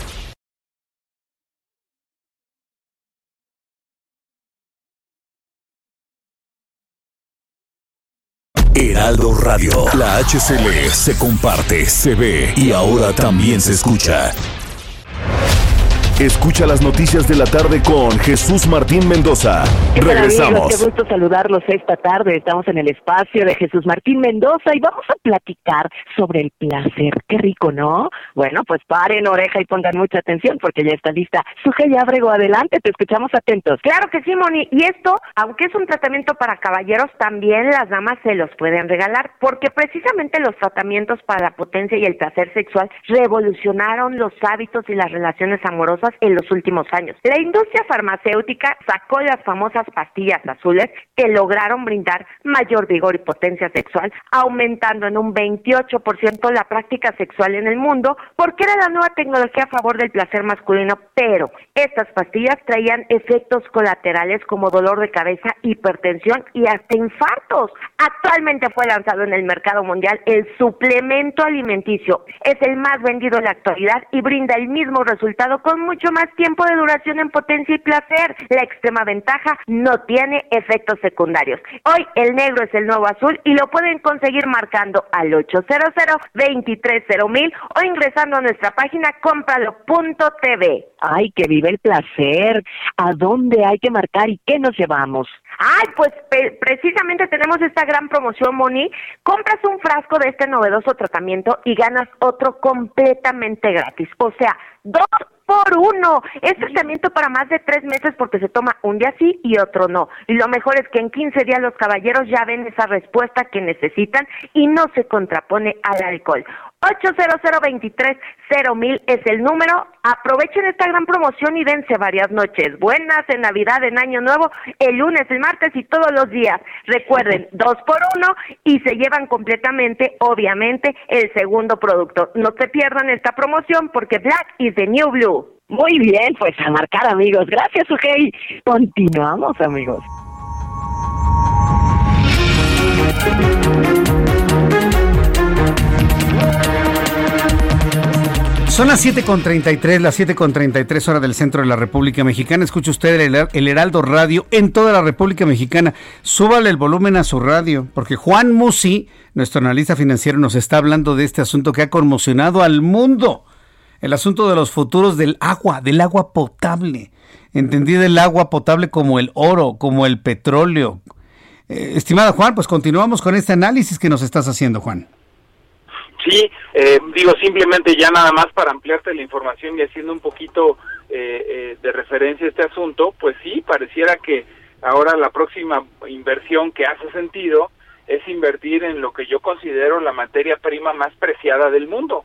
Heraldo Radio, la HCL se comparte, se ve y ahora también se escucha. Escucha las noticias de la tarde con Jesús Martín Mendoza. Regresamos. Amigos, qué gusto saludarlos esta tarde. Estamos en el espacio de Jesús Martín Mendoza y vamos a platicar sobre el placer. Qué rico, ¿no? Bueno, pues paren oreja y pongan mucha atención porque ya está lista Sujei Ábrego. Adelante, te escuchamos atentos. Claro que sí, Moni. Y esto, aunque es un tratamiento para caballeros, también las damas se los pueden regalar, porque precisamente los tratamientos para la potencia y el placer sexual revolucionaron los hábitos y las relaciones amorosas en los últimos años. La industria farmacéutica sacó las famosas pastillas azules que lograron brindar mayor vigor y potencia sexual, aumentando en un 28% la práctica sexual en el mundo, porque era la nueva tecnología a favor del placer masculino. Pero estas pastillas traían efectos colaterales como dolor de cabeza, hipertensión y hasta infartos. Actualmente fue lanzado en el mercado mundial el suplemento alimenticio. Es el más vendido en la actualidad y brinda el mismo resultado con mucho más tiempo de duración en potencia y placer. La extrema ventaja: no tiene efectos secundarios. Hoy el negro es el nuevo azul y lo pueden conseguir marcando al 800-230-1000 o ingresando a nuestra página cómpralo.tv. Ay, que vive el placer. ¿A dónde hay que marcar y qué nos llevamos? Ay, pues precisamente tenemos esta gran promoción, Moni. Compras un frasco de este novedoso tratamiento y ganas otro completamente gratis. O sea, 2 por 1. Es tratamiento para más de 3 meses porque se toma un día sí y otro no. Y lo mejor es que en 15 días los caballeros ya ven esa respuesta que necesitan y no se contrapone al alcohol. 800-230-1000 es el número. Aprovechen esta gran promoción y dense varias noches buenas en Navidad, en Año Nuevo, el lunes, el martes y todos los días. Recuerden, 2 por 1 y se llevan completamente, obviamente, el segundo producto. No se pierdan esta promoción porque Black is the new blue. Muy bien, pues a marcar, amigos. Gracias, Sujei. Continuamos, amigos. Son las 7:33, las 7:33 hora del centro de la República Mexicana. Escuche usted el Heraldo Radio en toda la República Mexicana. Súbale el volumen a su radio, porque Juan Musi, nuestro analista financiero, nos está hablando de este asunto que ha conmocionado al mundo. El asunto de los futuros del agua potable. Entendida el agua potable como el oro, como el petróleo. Estimada Juan, pues continuamos con este análisis que nos estás haciendo, Juan. Sí, simplemente ya nada más para ampliarte la información y haciendo un poquito de referencia a este asunto, pues sí, pareciera que ahora la próxima inversión que hace sentido es invertir en lo que yo considero la materia prima más preciada del mundo.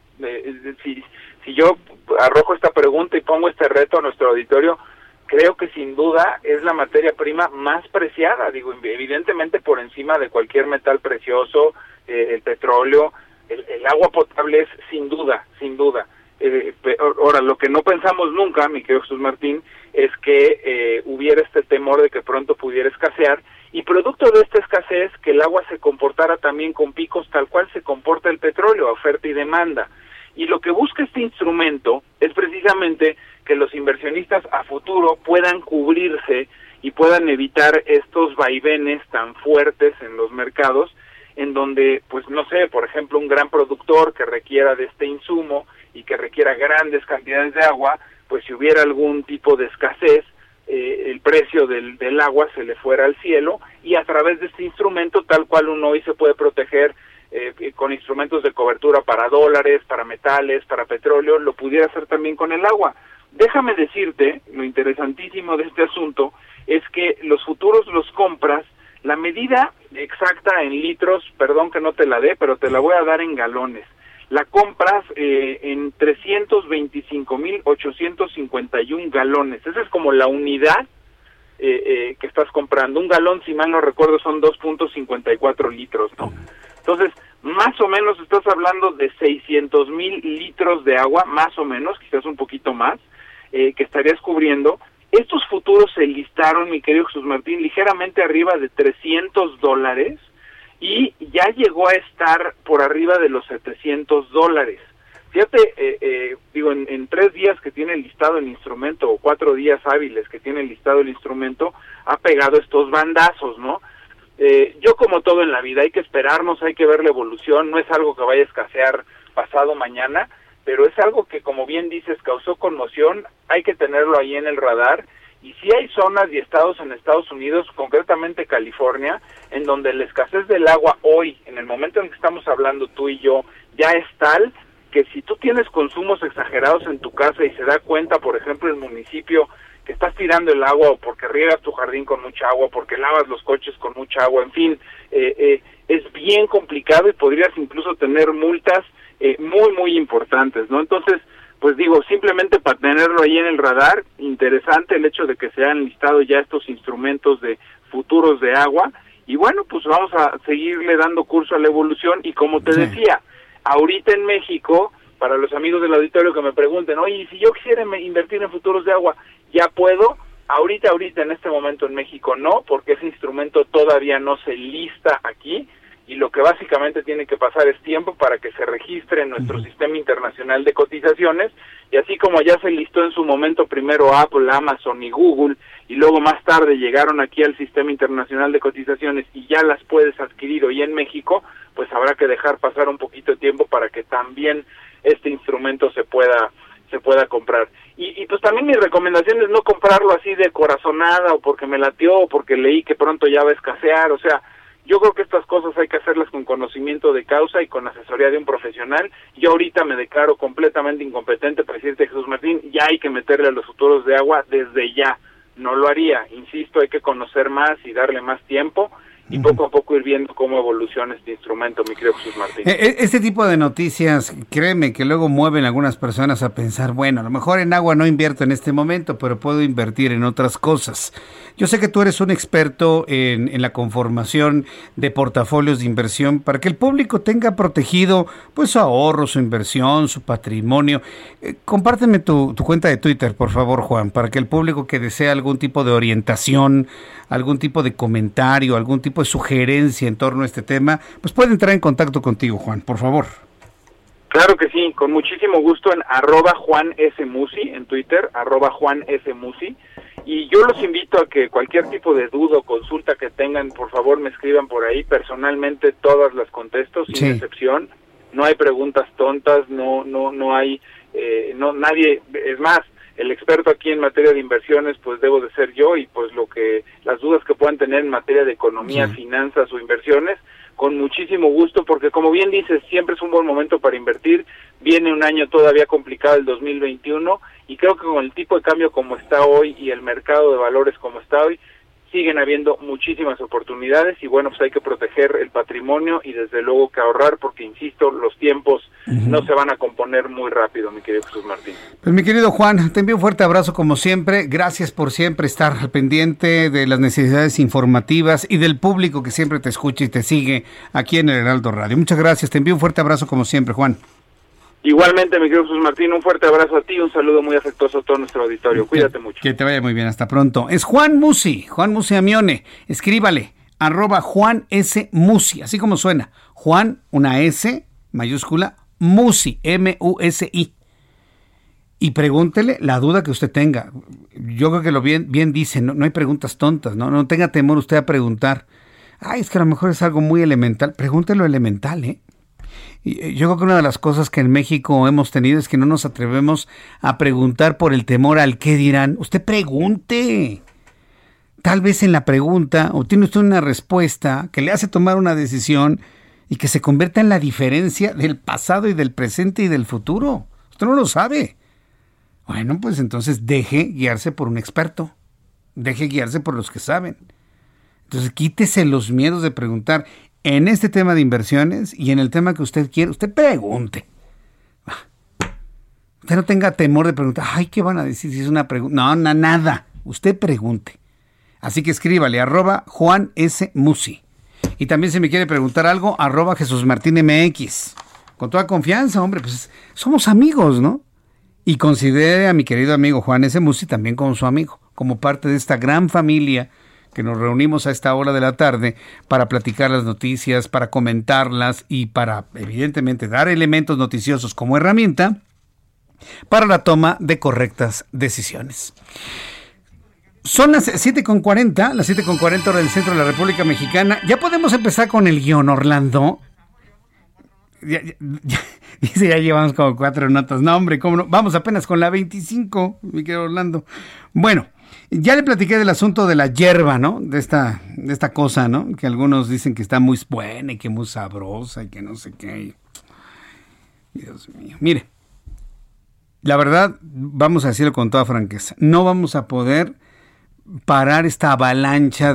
Si yo arrojo esta pregunta y pongo este reto a nuestro auditorio, creo que sin duda es la materia prima más preciada, evidentemente por encima de cualquier metal precioso, el petróleo. El agua potable es sin duda. Ahora, lo que no pensamos nunca, mi querido Jesús Martín, es que hubiera este temor de que pronto pudiera escasear, y producto de esta escasez, que el agua se comportara también con picos tal cual se comporta el petróleo, oferta y demanda. Y lo que busca este instrumento es precisamente que los inversionistas a futuro puedan cubrirse y puedan evitar estos vaivenes tan fuertes en los mercados, en donde, pues no sé, por ejemplo, un gran productor que requiera de este insumo y que requiera grandes cantidades de agua, pues si hubiera algún tipo de escasez, el precio del agua se le fuera al cielo, y a través de este instrumento, tal cual uno hoy se puede proteger con instrumentos de cobertura para dólares, para metales, para petróleo, lo pudiera hacer también con el agua. Déjame decirte, lo interesantísimo de este asunto es que los futuros los compras. La medida exacta en litros, perdón que no te la dé, pero te la voy a dar en galones. La compras en 325,851 galones. Esa es como la unidad que estás comprando. Un galón, si mal no recuerdo, son 2.54 litros, ¿no? Entonces, más o menos estás hablando de 600,000 litros de agua, más o menos, quizás un poquito más, que estarías cubriendo. Estos futuros se listaron, mi querido Jesús Martín, ligeramente arriba de $300 y ya llegó a estar por arriba de los $700. Fíjate, en 3 días que tiene listado el instrumento, o 4 días hábiles que tiene listado el instrumento, ha pegado estos bandazos, ¿no? Yo, como todo en la vida, hay que esperarnos, hay que ver la evolución, no es algo que vaya a escasear pasado mañana. pero es algo que, como bien dices, causó conmoción, hay que tenerlo ahí en el radar. Y sí hay zonas y estados en Estados Unidos, concretamente California, en donde la escasez del agua hoy, en el momento en que estamos hablando tú y yo, ya es tal que si tú tienes consumos exagerados en tu casa y se da cuenta, por ejemplo, el municipio, que estás tirando el agua o porque riegas tu jardín con mucha agua, porque lavas los coches con mucha agua, en fin, es bien complicado y podrías incluso tener multas muy, muy importantes, ¿no? Entonces, pues digo, simplemente para tenerlo ahí en el radar, interesante el hecho de que se han listado ya estos instrumentos de futuros de agua, y bueno, pues vamos a seguirle dando curso a la evolución, y como te decía, ahorita en México, para los amigos del auditorio que me pregunten, oye, si yo quisiera invertir en futuros de agua, ¿ya puedo? Ahorita en este momento en México no, porque ese instrumento todavía no se lista aquí, y lo que básicamente tiene que pasar es tiempo para que se registre en nuestro sistema internacional de cotizaciones, y así como ya se listó en su momento primero Apple, Amazon y Google, y luego más tarde llegaron aquí al sistema internacional de cotizaciones y ya las puedes adquirir hoy en México, pues habrá que dejar pasar un poquito de tiempo para que también este instrumento se pueda comprar. Y pues también mi recomendación es no comprarlo así de corazonada, o porque me latió, o porque leí que pronto ya va a escasear. O sea, yo creo que estas cosas hay que hacerlas con conocimiento de causa y con asesoría de un profesional. Yo ahorita me declaro completamente incompetente, presidente Jesús Martín, ya hay que meterle a los futuros de agua desde ya. No lo haría, insisto, hay que conocer más y darle más tiempo, y poco a poco ir viendo cómo evoluciona este instrumento, mi querido Jesús Martín. Este tipo de noticias, créeme que luego mueven a algunas personas a pensar, bueno, a lo mejor en agua no invierto en este momento, pero puedo invertir en otras cosas. Yo sé que tú eres un experto en la conformación de portafolios de inversión para que el público tenga protegido pues su ahorro, su inversión, su patrimonio. Compárteme tu cuenta de Twitter, por favor, Juan, para que el público que desea algún tipo de orientación, algún tipo de comentario, algún tipo de sugerencia en torno a este tema, pues puede entrar en contacto contigo, Juan, por favor. Claro que sí, con muchísimo gusto en @JuanSMusi en Twitter, @JuanSMusi, y yo los invito a que cualquier tipo de duda o consulta que tengan, por favor me escriban por ahí. Personalmente todas las contesto sin excepción, no hay preguntas tontas, no hay nadie, es más, el experto aquí en materia de inversiones pues debo de ser yo, y pues las dudas que puedan tener en materia de economía, finanzas o inversiones, con muchísimo gusto, porque como bien dices, siempre es un buen momento para invertir. Viene un año todavía complicado, el 2021, y creo que con el tipo de cambio como está hoy y el mercado de valores como está hoy, siguen habiendo muchísimas oportunidades, y bueno, pues hay que proteger el patrimonio y desde luego que ahorrar, porque insisto, los tiempos no se van a componer muy rápido, mi querido Jesús Martín. Pues mi querido Juan, te envío un fuerte abrazo como siempre. Gracias por siempre estar al pendiente de las necesidades informativas y del público que siempre te escucha y te sigue aquí en el Heraldo Radio. Muchas gracias, te envío un fuerte abrazo como siempre, Juan. Igualmente, mi querido Jesús Martín, un fuerte abrazo a ti y un saludo muy afectuoso a todo nuestro auditorio. Cuídate mucho. Que te vaya muy bien, hasta pronto. Es Juan Musi Amione. Escríbale, @Juan S. Musi, así como suena. Juan, una S mayúscula, Musi, M-U-S-I. Y pregúntele la duda que usted tenga. Yo creo que lo bien dice, no hay preguntas tontas, no tenga temor usted a preguntar. Ay, es que a lo mejor es algo muy elemental. Pregúntelo elemental, Y yo creo que una de las cosas que en México hemos tenido es que no nos atrevemos a preguntar por el temor al qué dirán. Usted pregunte. Tal vez en la pregunta obtiene usted una respuesta que le hace tomar una decisión y que se convierta en la diferencia del pasado y del presente y del futuro. Usted no lo sabe. Bueno, pues entonces deje guiarse por un experto. Deje guiarse por los que saben. Entonces quítese los miedos de preguntar. En este tema de inversiones y en el tema que usted quiere, usted pregunte. Usted no tenga temor de preguntar. Ay, ¿qué van a decir si es una pregunta? No, nada. Usted pregunte. Así que escríbale, @Juan S. Musi. Y también si me quiere preguntar algo, @Jesús Martín MX. Con toda confianza, hombre, pues somos amigos, ¿no? Y considere a mi querido amigo Juan S. Musi también como su amigo, como parte de esta gran familia que nos reunimos a esta hora de la tarde para platicar las noticias, para comentarlas y para, evidentemente, dar elementos noticiosos como herramienta para la toma de correctas decisiones. Son las 7:40, las 7:40 hora del centro de la República Mexicana. ¿Ya podemos empezar con el guión, Orlando? Dice, ya llevamos como 4 notas. No, hombre, ¿cómo no? Vamos apenas con la 25, mi querido Orlando. Bueno, ya le platiqué del asunto de la hierba, ¿no? De esta cosa, ¿no? Que algunos dicen que está muy buena y que muy sabrosa y que no sé qué. Dios mío. Mire, la verdad, vamos a decirlo con toda franqueza, no vamos a poder parar esta avalancha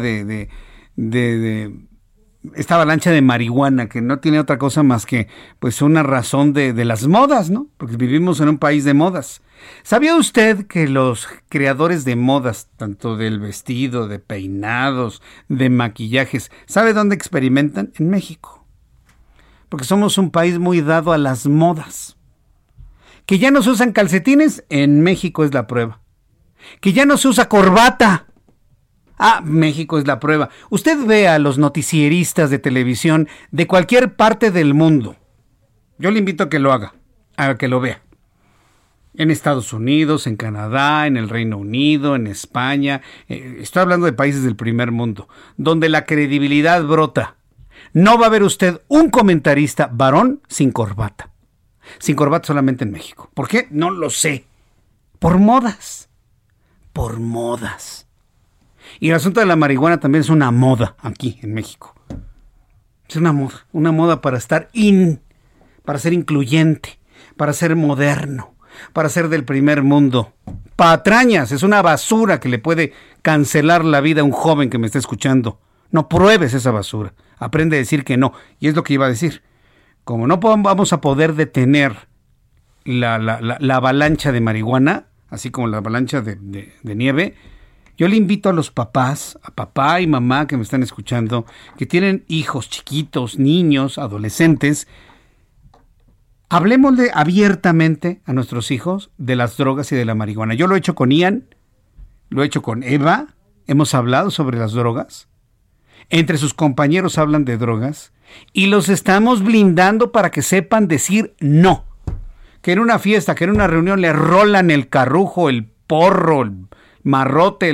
esta avalancha de marihuana, que no tiene otra cosa más que pues una razón de las modas, ¿no? Porque vivimos en un país de modas. ¿Sabía usted que los creadores de modas, tanto del vestido, de peinados, de maquillajes, ¿sabe dónde experimentan? En México. Porque somos un país muy dado a las modas. Que ya no se usan calcetines, en México es la prueba. Que ya no se usa corbata. México es la prueba. Usted ve a los noticieristas de televisión de cualquier parte del mundo. Yo le invito a que lo haga, a que lo vea. En Estados Unidos, en Canadá, en el Reino Unido, en España. Estoy hablando de países del primer mundo, donde la credibilidad brota. No va a ver usted un comentarista varón sin corbata. Sin corbata solamente en México. ¿Por qué? No lo sé. Por modas. Por modas. Y el asunto de la marihuana también es una moda aquí en México. Es una moda para estar para ser incluyente, para ser moderno, para ser del primer mundo. Patrañas, es una basura que le puede cancelar la vida a un joven que me está escuchando. No pruebes esa basura, aprende a decir que no. Y es lo que iba a decir. Como no vamos a poder detener la avalancha de marihuana, así como la avalancha de nieve, yo le invito a los papás, a papá y mamá que me están escuchando, que tienen hijos chiquitos, niños, adolescentes, hablemosle abiertamente a nuestros hijos de las drogas y de la marihuana. Yo lo he hecho con Ian, lo he hecho con Eva, hemos hablado sobre las drogas, entre sus compañeros hablan de drogas y los estamos blindando para que sepan decir no. Que en una fiesta, que en una reunión le rolan el carrujo, el porro, el marrote,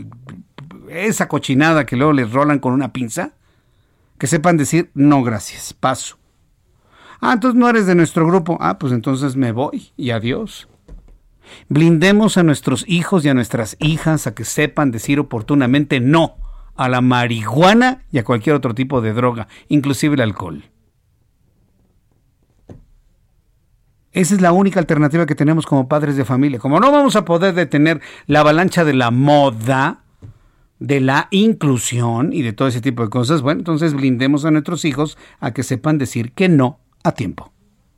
esa cochinada que luego les rolan con una pinza, que sepan decir no gracias, paso. Entonces no eres de nuestro grupo. Pues entonces me voy y adiós. Blindemos a nuestros hijos y a nuestras hijas a que sepan decir oportunamente no a la marihuana y a cualquier otro tipo de droga, inclusive el alcohol. Esa es la única alternativa que tenemos como padres de familia. Como no vamos a poder detener la avalancha de la moda, de la inclusión y de todo ese tipo de cosas, bueno, entonces blindemos a nuestros hijos a que sepan decir que no a tiempo.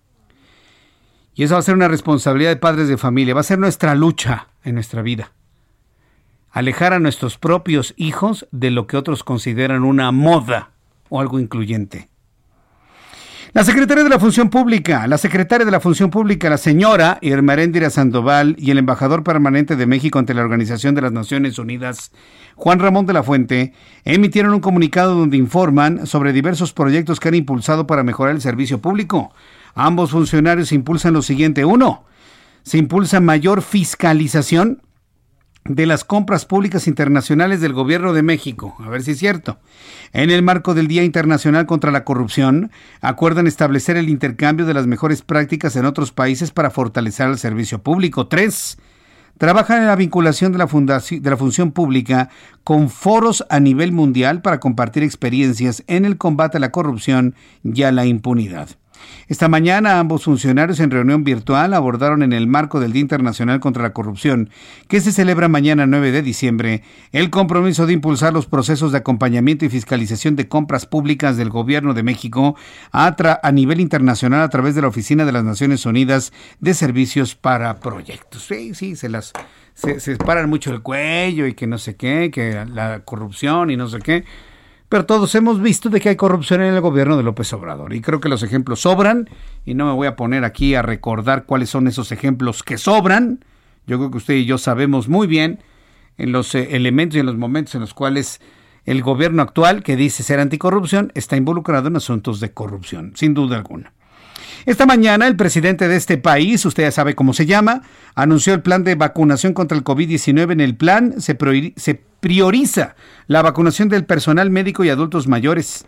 Y eso va a ser una responsabilidad de padres de familia, va a ser nuestra lucha en nuestra vida. Alejar a nuestros propios hijos de lo que otros consideran una moda o algo incluyente. La secretaria de la Función Pública, la señora Irma Heréndira Sandoval, y el embajador permanente de México ante la Organización de las Naciones Unidas, Juan Ramón de la Fuente, emitieron un comunicado donde informan sobre diversos proyectos que han impulsado para mejorar el servicio público. Ambos funcionarios impulsan lo siguiente. 1. Se impulsa mayor fiscalización de las compras públicas internacionales del Gobierno de México. A ver si es cierto. En el marco del Día Internacional contra la Corrupción, acuerdan establecer el intercambio de las mejores prácticas en otros países para fortalecer el servicio público. 3. Trabajan en la vinculación de la función pública con foros a nivel mundial para compartir experiencias en el combate a la corrupción y a la impunidad. Esta mañana ambos funcionarios en reunión virtual abordaron en el marco del Día Internacional contra la Corrupción, que se celebra mañana 9 de diciembre, el compromiso de impulsar los procesos de acompañamiento y fiscalización de compras públicas del Gobierno de México a nivel internacional a través de la Oficina de las Naciones Unidas de Servicios para Proyectos. Sí, se paran mucho el cuello y que no sé qué, que la corrupción y no sé qué. Pero todos hemos visto de que hay corrupción en el gobierno de López Obrador. Y creo que los ejemplos sobran. Y no me voy a poner aquí a recordar cuáles son esos ejemplos que sobran. Yo creo que usted y yo sabemos muy bien en los elementos y en los momentos en los cuales el gobierno actual, que dice ser anticorrupción, está involucrado en asuntos de corrupción, sin duda alguna. Esta mañana el presidente de este país, usted ya sabe cómo se llama, anunció el plan de vacunación contra el COVID-19. En el plan se prioriza la vacunación del personal médico y adultos mayores.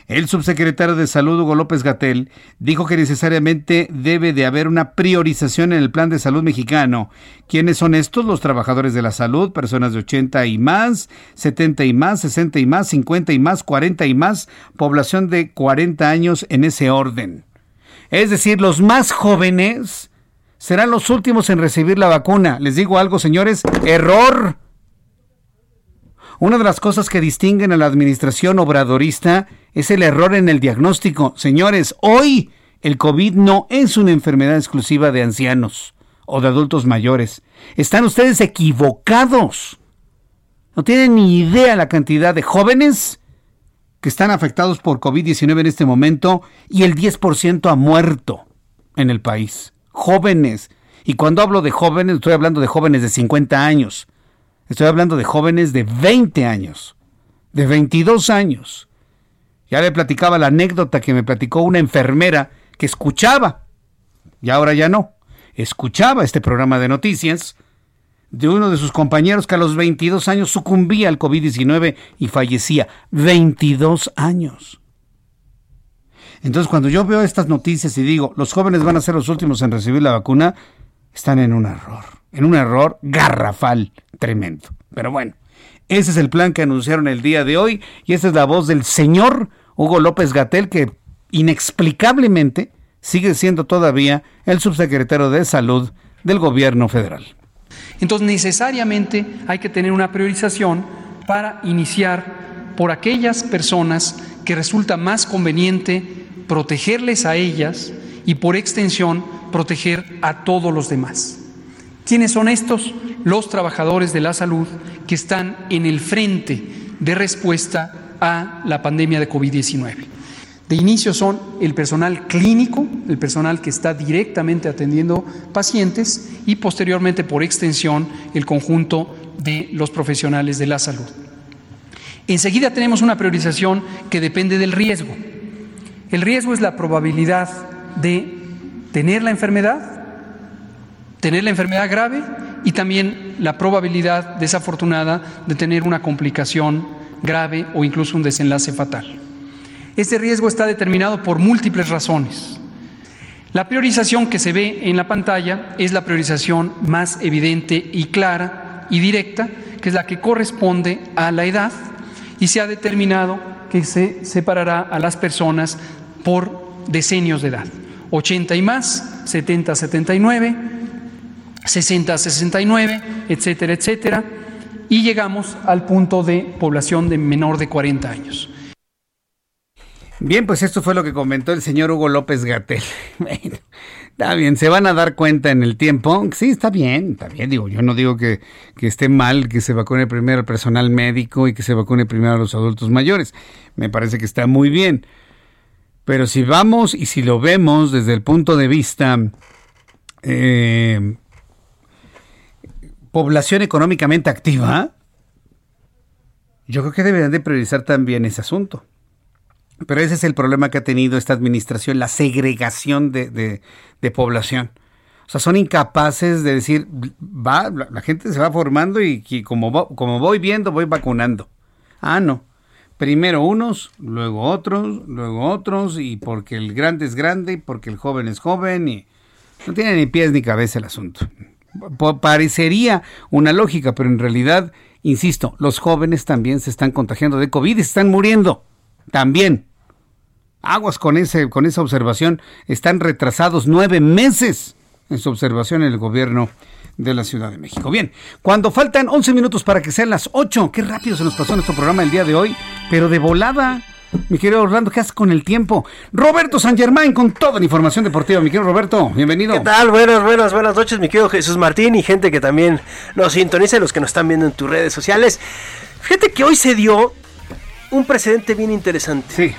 El subsecretario de Salud, Hugo López-Gatell, dijo que necesariamente debe de haber una priorización en el Plan de Salud mexicano. ¿Quiénes son estos? Los trabajadores de la salud, personas de 80 y más, 70 y más, 60 y más, 50 y más, 40 y más, población de 40 años en ese orden. Es decir, los más jóvenes serán los últimos en recibir la vacuna. Les digo algo, señores, error. Una de las cosas que distinguen a la administración obradorista es el error en el diagnóstico. Señores, hoy el COVID no es una enfermedad exclusiva de ancianos o de adultos mayores. Están ustedes equivocados. No tienen ni idea la cantidad de jóvenes que están afectados por COVID-19 en este momento y el 10% ha muerto en el país. Jóvenes. Y cuando hablo de jóvenes, estoy hablando de jóvenes de 50 años. Estoy hablando de jóvenes de 20 años, de 22 años. Ya le platicaba la anécdota que me platicó una enfermera que escuchaba, y ahora ya no, escuchaba este programa de noticias de uno de sus compañeros que a los 22 años sucumbía al COVID-19 y fallecía. 22 años. Entonces, cuando yo veo estas noticias y digo, los jóvenes van a ser los últimos en recibir la vacuna, están en un error garrafal, tremendo. Pero bueno, ese es el plan que anunciaron el día de hoy y esta es la voz del señor Hugo López-Gatell, que inexplicablemente sigue siendo todavía el subsecretario de Salud del gobierno federal. Entonces, necesariamente hay que tener una priorización para iniciar por aquellas personas que resulta más conveniente protegerles a ellas y por extensión proteger a todos los demás. ¿Quiénes son estos? Los trabajadores de la salud que están en el frente de respuesta a la pandemia de COVID-19. De inicio son el personal clínico, el personal que está directamente atendiendo pacientes y posteriormente por extensión el conjunto de los profesionales de la salud. Enseguida tenemos una priorización que depende del riesgo. El riesgo es la probabilidad de tener la enfermedad grave y también la probabilidad desafortunada de tener una complicación grave o incluso un desenlace fatal. Este riesgo está determinado por múltiples razones. La priorización que se ve en la pantalla es la priorización más evidente y clara y directa, que es la que corresponde a la edad, y se ha determinado que se separará a las personas por decenios de edad. 80 y más, 70 a 79, 60 a 69, etcétera, etcétera, y llegamos al punto de población de menor de 40 años. Bien, pues esto fue lo que comentó el señor Hugo López-Gatell. Bueno, está bien, se van a dar cuenta en el tiempo. Sí, está bien, digo, yo no digo que esté mal que se vacune primero al personal médico y que se vacune primero a los adultos mayores. Me parece que está muy bien. Pero si vamos y si lo vemos desde el punto de vista población económicamente activa, yo creo que deberían de priorizar también ese asunto. Pero ese es el problema que ha tenido esta administración, la segregación de población. O sea, son incapaces de decir, la gente se va formando y como voy viendo, voy vacunando. Ah, no. Primero unos, luego otros, y porque el grande es grande, y porque el joven es joven, y no tiene ni pies ni cabeza el asunto. Parecería una lógica, pero en realidad, insisto, los jóvenes también se están contagiando de COVID y se están muriendo. También. Aguas con esa observación. Están retrasados 9 meses en su observación en el gobierno de la Ciudad de México. Bien, cuando faltan 11 minutos para que sean las 8, qué rápido se nos pasó nuestro programa el día de hoy, pero de volada. Mi querido Orlando, ¿qué haces con el tiempo? Roberto San Germán con toda la información deportiva. Mi querido Roberto, bienvenido. ¿Qué tal? Buenas noches, mi querido Jesús Martín y gente que también nos sintoniza, los que nos están viendo en tus redes sociales. Fíjate que hoy se dio un precedente bien interesante. Sí.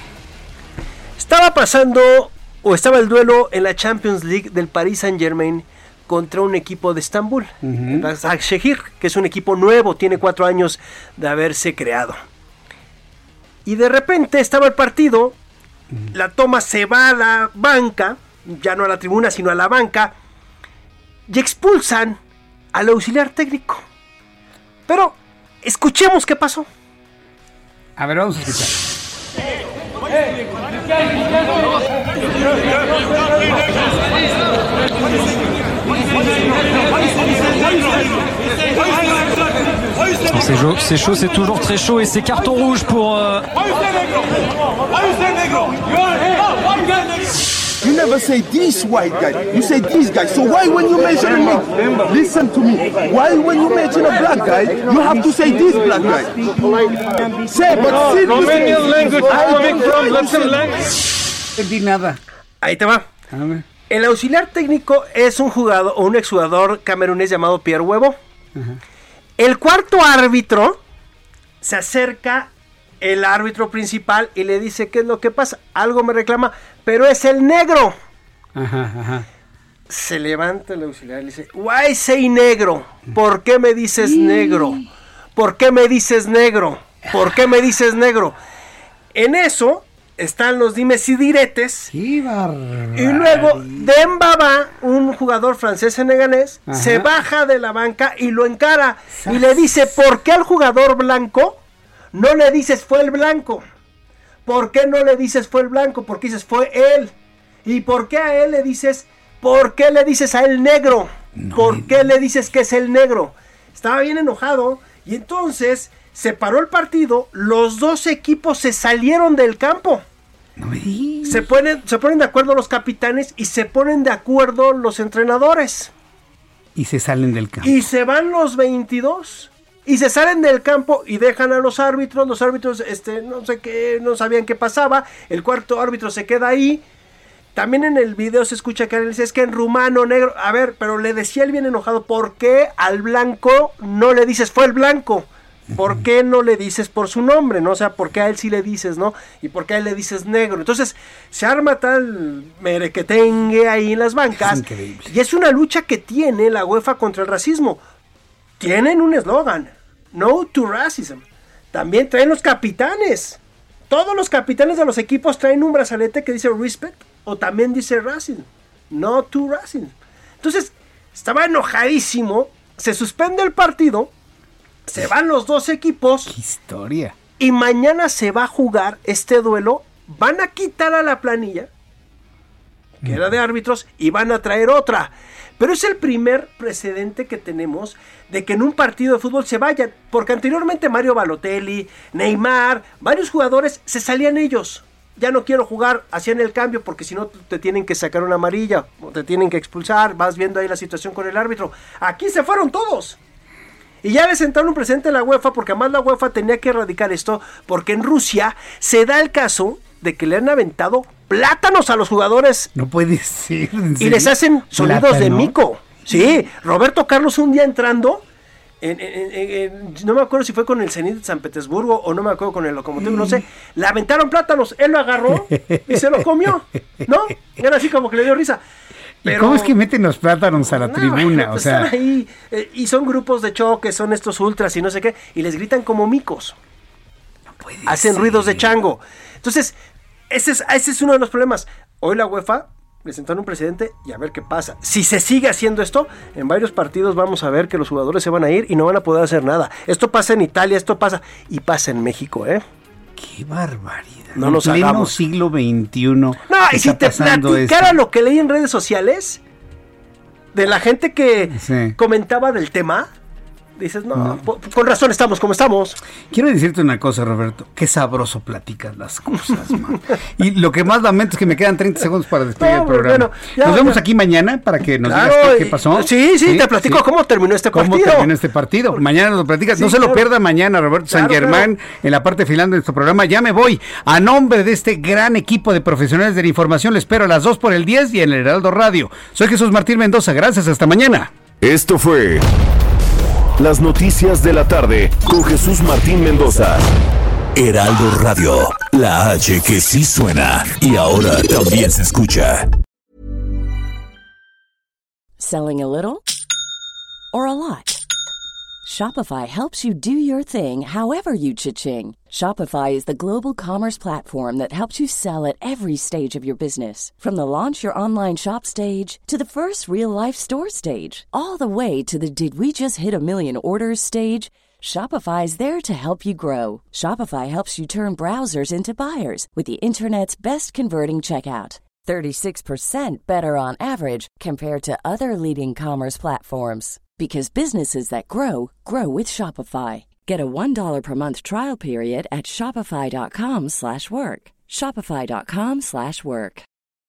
Estaba el duelo en la Champions League del Paris Saint-Germain contra un equipo de Estambul, Başakşehir, que es un equipo nuevo, tiene 4 años de haberse creado. Y de repente estaba el partido, la toma se va a la banca, ya no a la tribuna, sino a la banca, y expulsan al auxiliar técnico. Pero escuchemos qué pasó. A ver, vamos a escuchar. C'est chaud, c'est toujours très chaud et c'est carton rouge pour... You never say this white guy, you say this guy. So why when you mention a nigga, listen to me, why when you mention a black guy, you have to say this black guy? Say, but Romanian language coming from Latin language. No entendí nada. Ahí te va. El auxiliar técnico es un jugador o un exjugador camerunés llamado Pierre Huevo. Ajá. El cuarto árbitro se acerca el árbitro principal y le dice qué es lo que pasa. Algo me reclama, pero es el negro. Ajá. Se levanta el auxiliar y le dice, why say negro? ¿Por qué me dices negro? ¿Por qué me dices negro? ¿Por qué me dices negro? En eso están los dimes y diretes. Y luego Dembaba, un jugador francés senegalés, se baja de la banca y lo encara y le dice, ¿por qué al jugador blanco no le dices fue el blanco? ¿Por qué no le dices fue el blanco? Porque dices fue él. ¿Y por qué a él le dices, por qué le dices a él negro? ¿Por qué le dices que es el negro? Estaba bien enojado y entonces se paró el partido, los dos equipos se salieron del campo. Se ponen de acuerdo los capitanes y se ponen de acuerdo los entrenadores. Y se salen del campo. Y se van los 22. Y se salen del campo y dejan a los árbitros. Los árbitros no sé qué, no sabían qué pasaba. El cuarto árbitro se queda ahí. También en el video se escucha que él dice, es que en rumano, negro. A ver, pero le decía él bien enojado, ¿por qué al blanco no le dices fue el blanco? ¿Por qué no le dices por su nombre, no? O sea, ¿por qué a él sí le dices, no? Y ¿por qué a él le dices negro? Entonces, se arma tal merequetengue ahí en las bancas. Y es una lucha que tiene la UEFA contra el racismo. Tienen un eslogan, No to Racism. También traen los capitanes. Todos los capitanes de los equipos traen un brazalete que dice Respect o también dice Racism. No to Racism. Entonces, estaba enojadísimo. Se suspende el partido. Se van los dos equipos. ¡Qué historia! Y mañana se va a jugar este duelo. Van a quitar a la planilla, que era de árbitros, y van a traer otra. Pero es el primer precedente que tenemos de que en un partido de fútbol se vayan. Porque anteriormente Mario Balotelli, Neymar, varios jugadores se salían ellos. Ya no quiero jugar, hacían el cambio porque si no te tienen que sacar una amarilla, o te tienen que expulsar, vas viendo ahí la situación con el árbitro. Aquí se fueron todos. Y ya le sentaron un precedente a la UEFA, porque además la UEFA tenía que erradicar esto, porque en Rusia se da el caso de que le han aventado plátanos a los jugadores. No puede ser. Y les hacen sonidos de mico. Sí, Roberto Carlos un día entrando, no me acuerdo si fue con el Zenit de San Petersburgo o no me acuerdo con el Lokomotiv, no sé, le aventaron plátanos, él lo agarró y se lo comió, ¿no? Era así como que le dio risa. Pero, ¿y cómo es que meten los plátanos a la tribuna? O sea, están ahí, y son grupos de choque, son estos ultras y no sé qué, y les gritan como micos. No puede Hacen ser. Ruidos de chango. Entonces, ese es uno de los problemas. Hoy la UEFA le sentaron un precedente y a ver qué pasa. Si se sigue haciendo esto, en varios partidos vamos a ver que los jugadores se van a ir y no van a poder hacer nada. Esto pasa en Italia, esto pasa, y pasa en México, ¡Qué barbaridad! No nos hagamos. En pleno siglo XXI. No, y si te platicara lo que leí en redes sociales de la gente que comentaba del tema, dices, no. Con razón estamos como estamos. Quiero decirte una cosa, Roberto, qué sabroso platicas las cosas, man. Y lo que más lamento es que me quedan 30 segundos para despedir el programa. Bueno, nos vemos aquí mañana para que nos digas qué pasó. Sí, te platico cómo terminó este partido. Mañana nos lo platicas. No se lo pierda mañana, Roberto San Germán, en la parte final de nuestro programa. Ya me voy. A nombre de este gran equipo de profesionales de la información, le espero a las 2 por el 10 y en el Heraldo Radio. Soy Jesús Martín Mendoza. Gracias, hasta mañana. Esto fue Las Noticias de la Tarde con Jesús Martín Mendoza. Heraldo Radio, la H que sí suena y ahora también se escucha. Selling a little or a lot? Shopify helps you do your thing however you cha-ching. Shopify is the global commerce platform that helps you sell at every stage of your business. From the launch your online shop stage to the first real life store stage, all the way to the did we just hit a million orders stage. Shopify is there to help you grow. Shopify helps you turn browsers into buyers with the internet's best converting checkout. 36% better on average compared to other leading commerce platforms. Because businesses that grow, grow with Shopify. Get a $1 per month trial period at shopify.com/work. Shopify.com/work.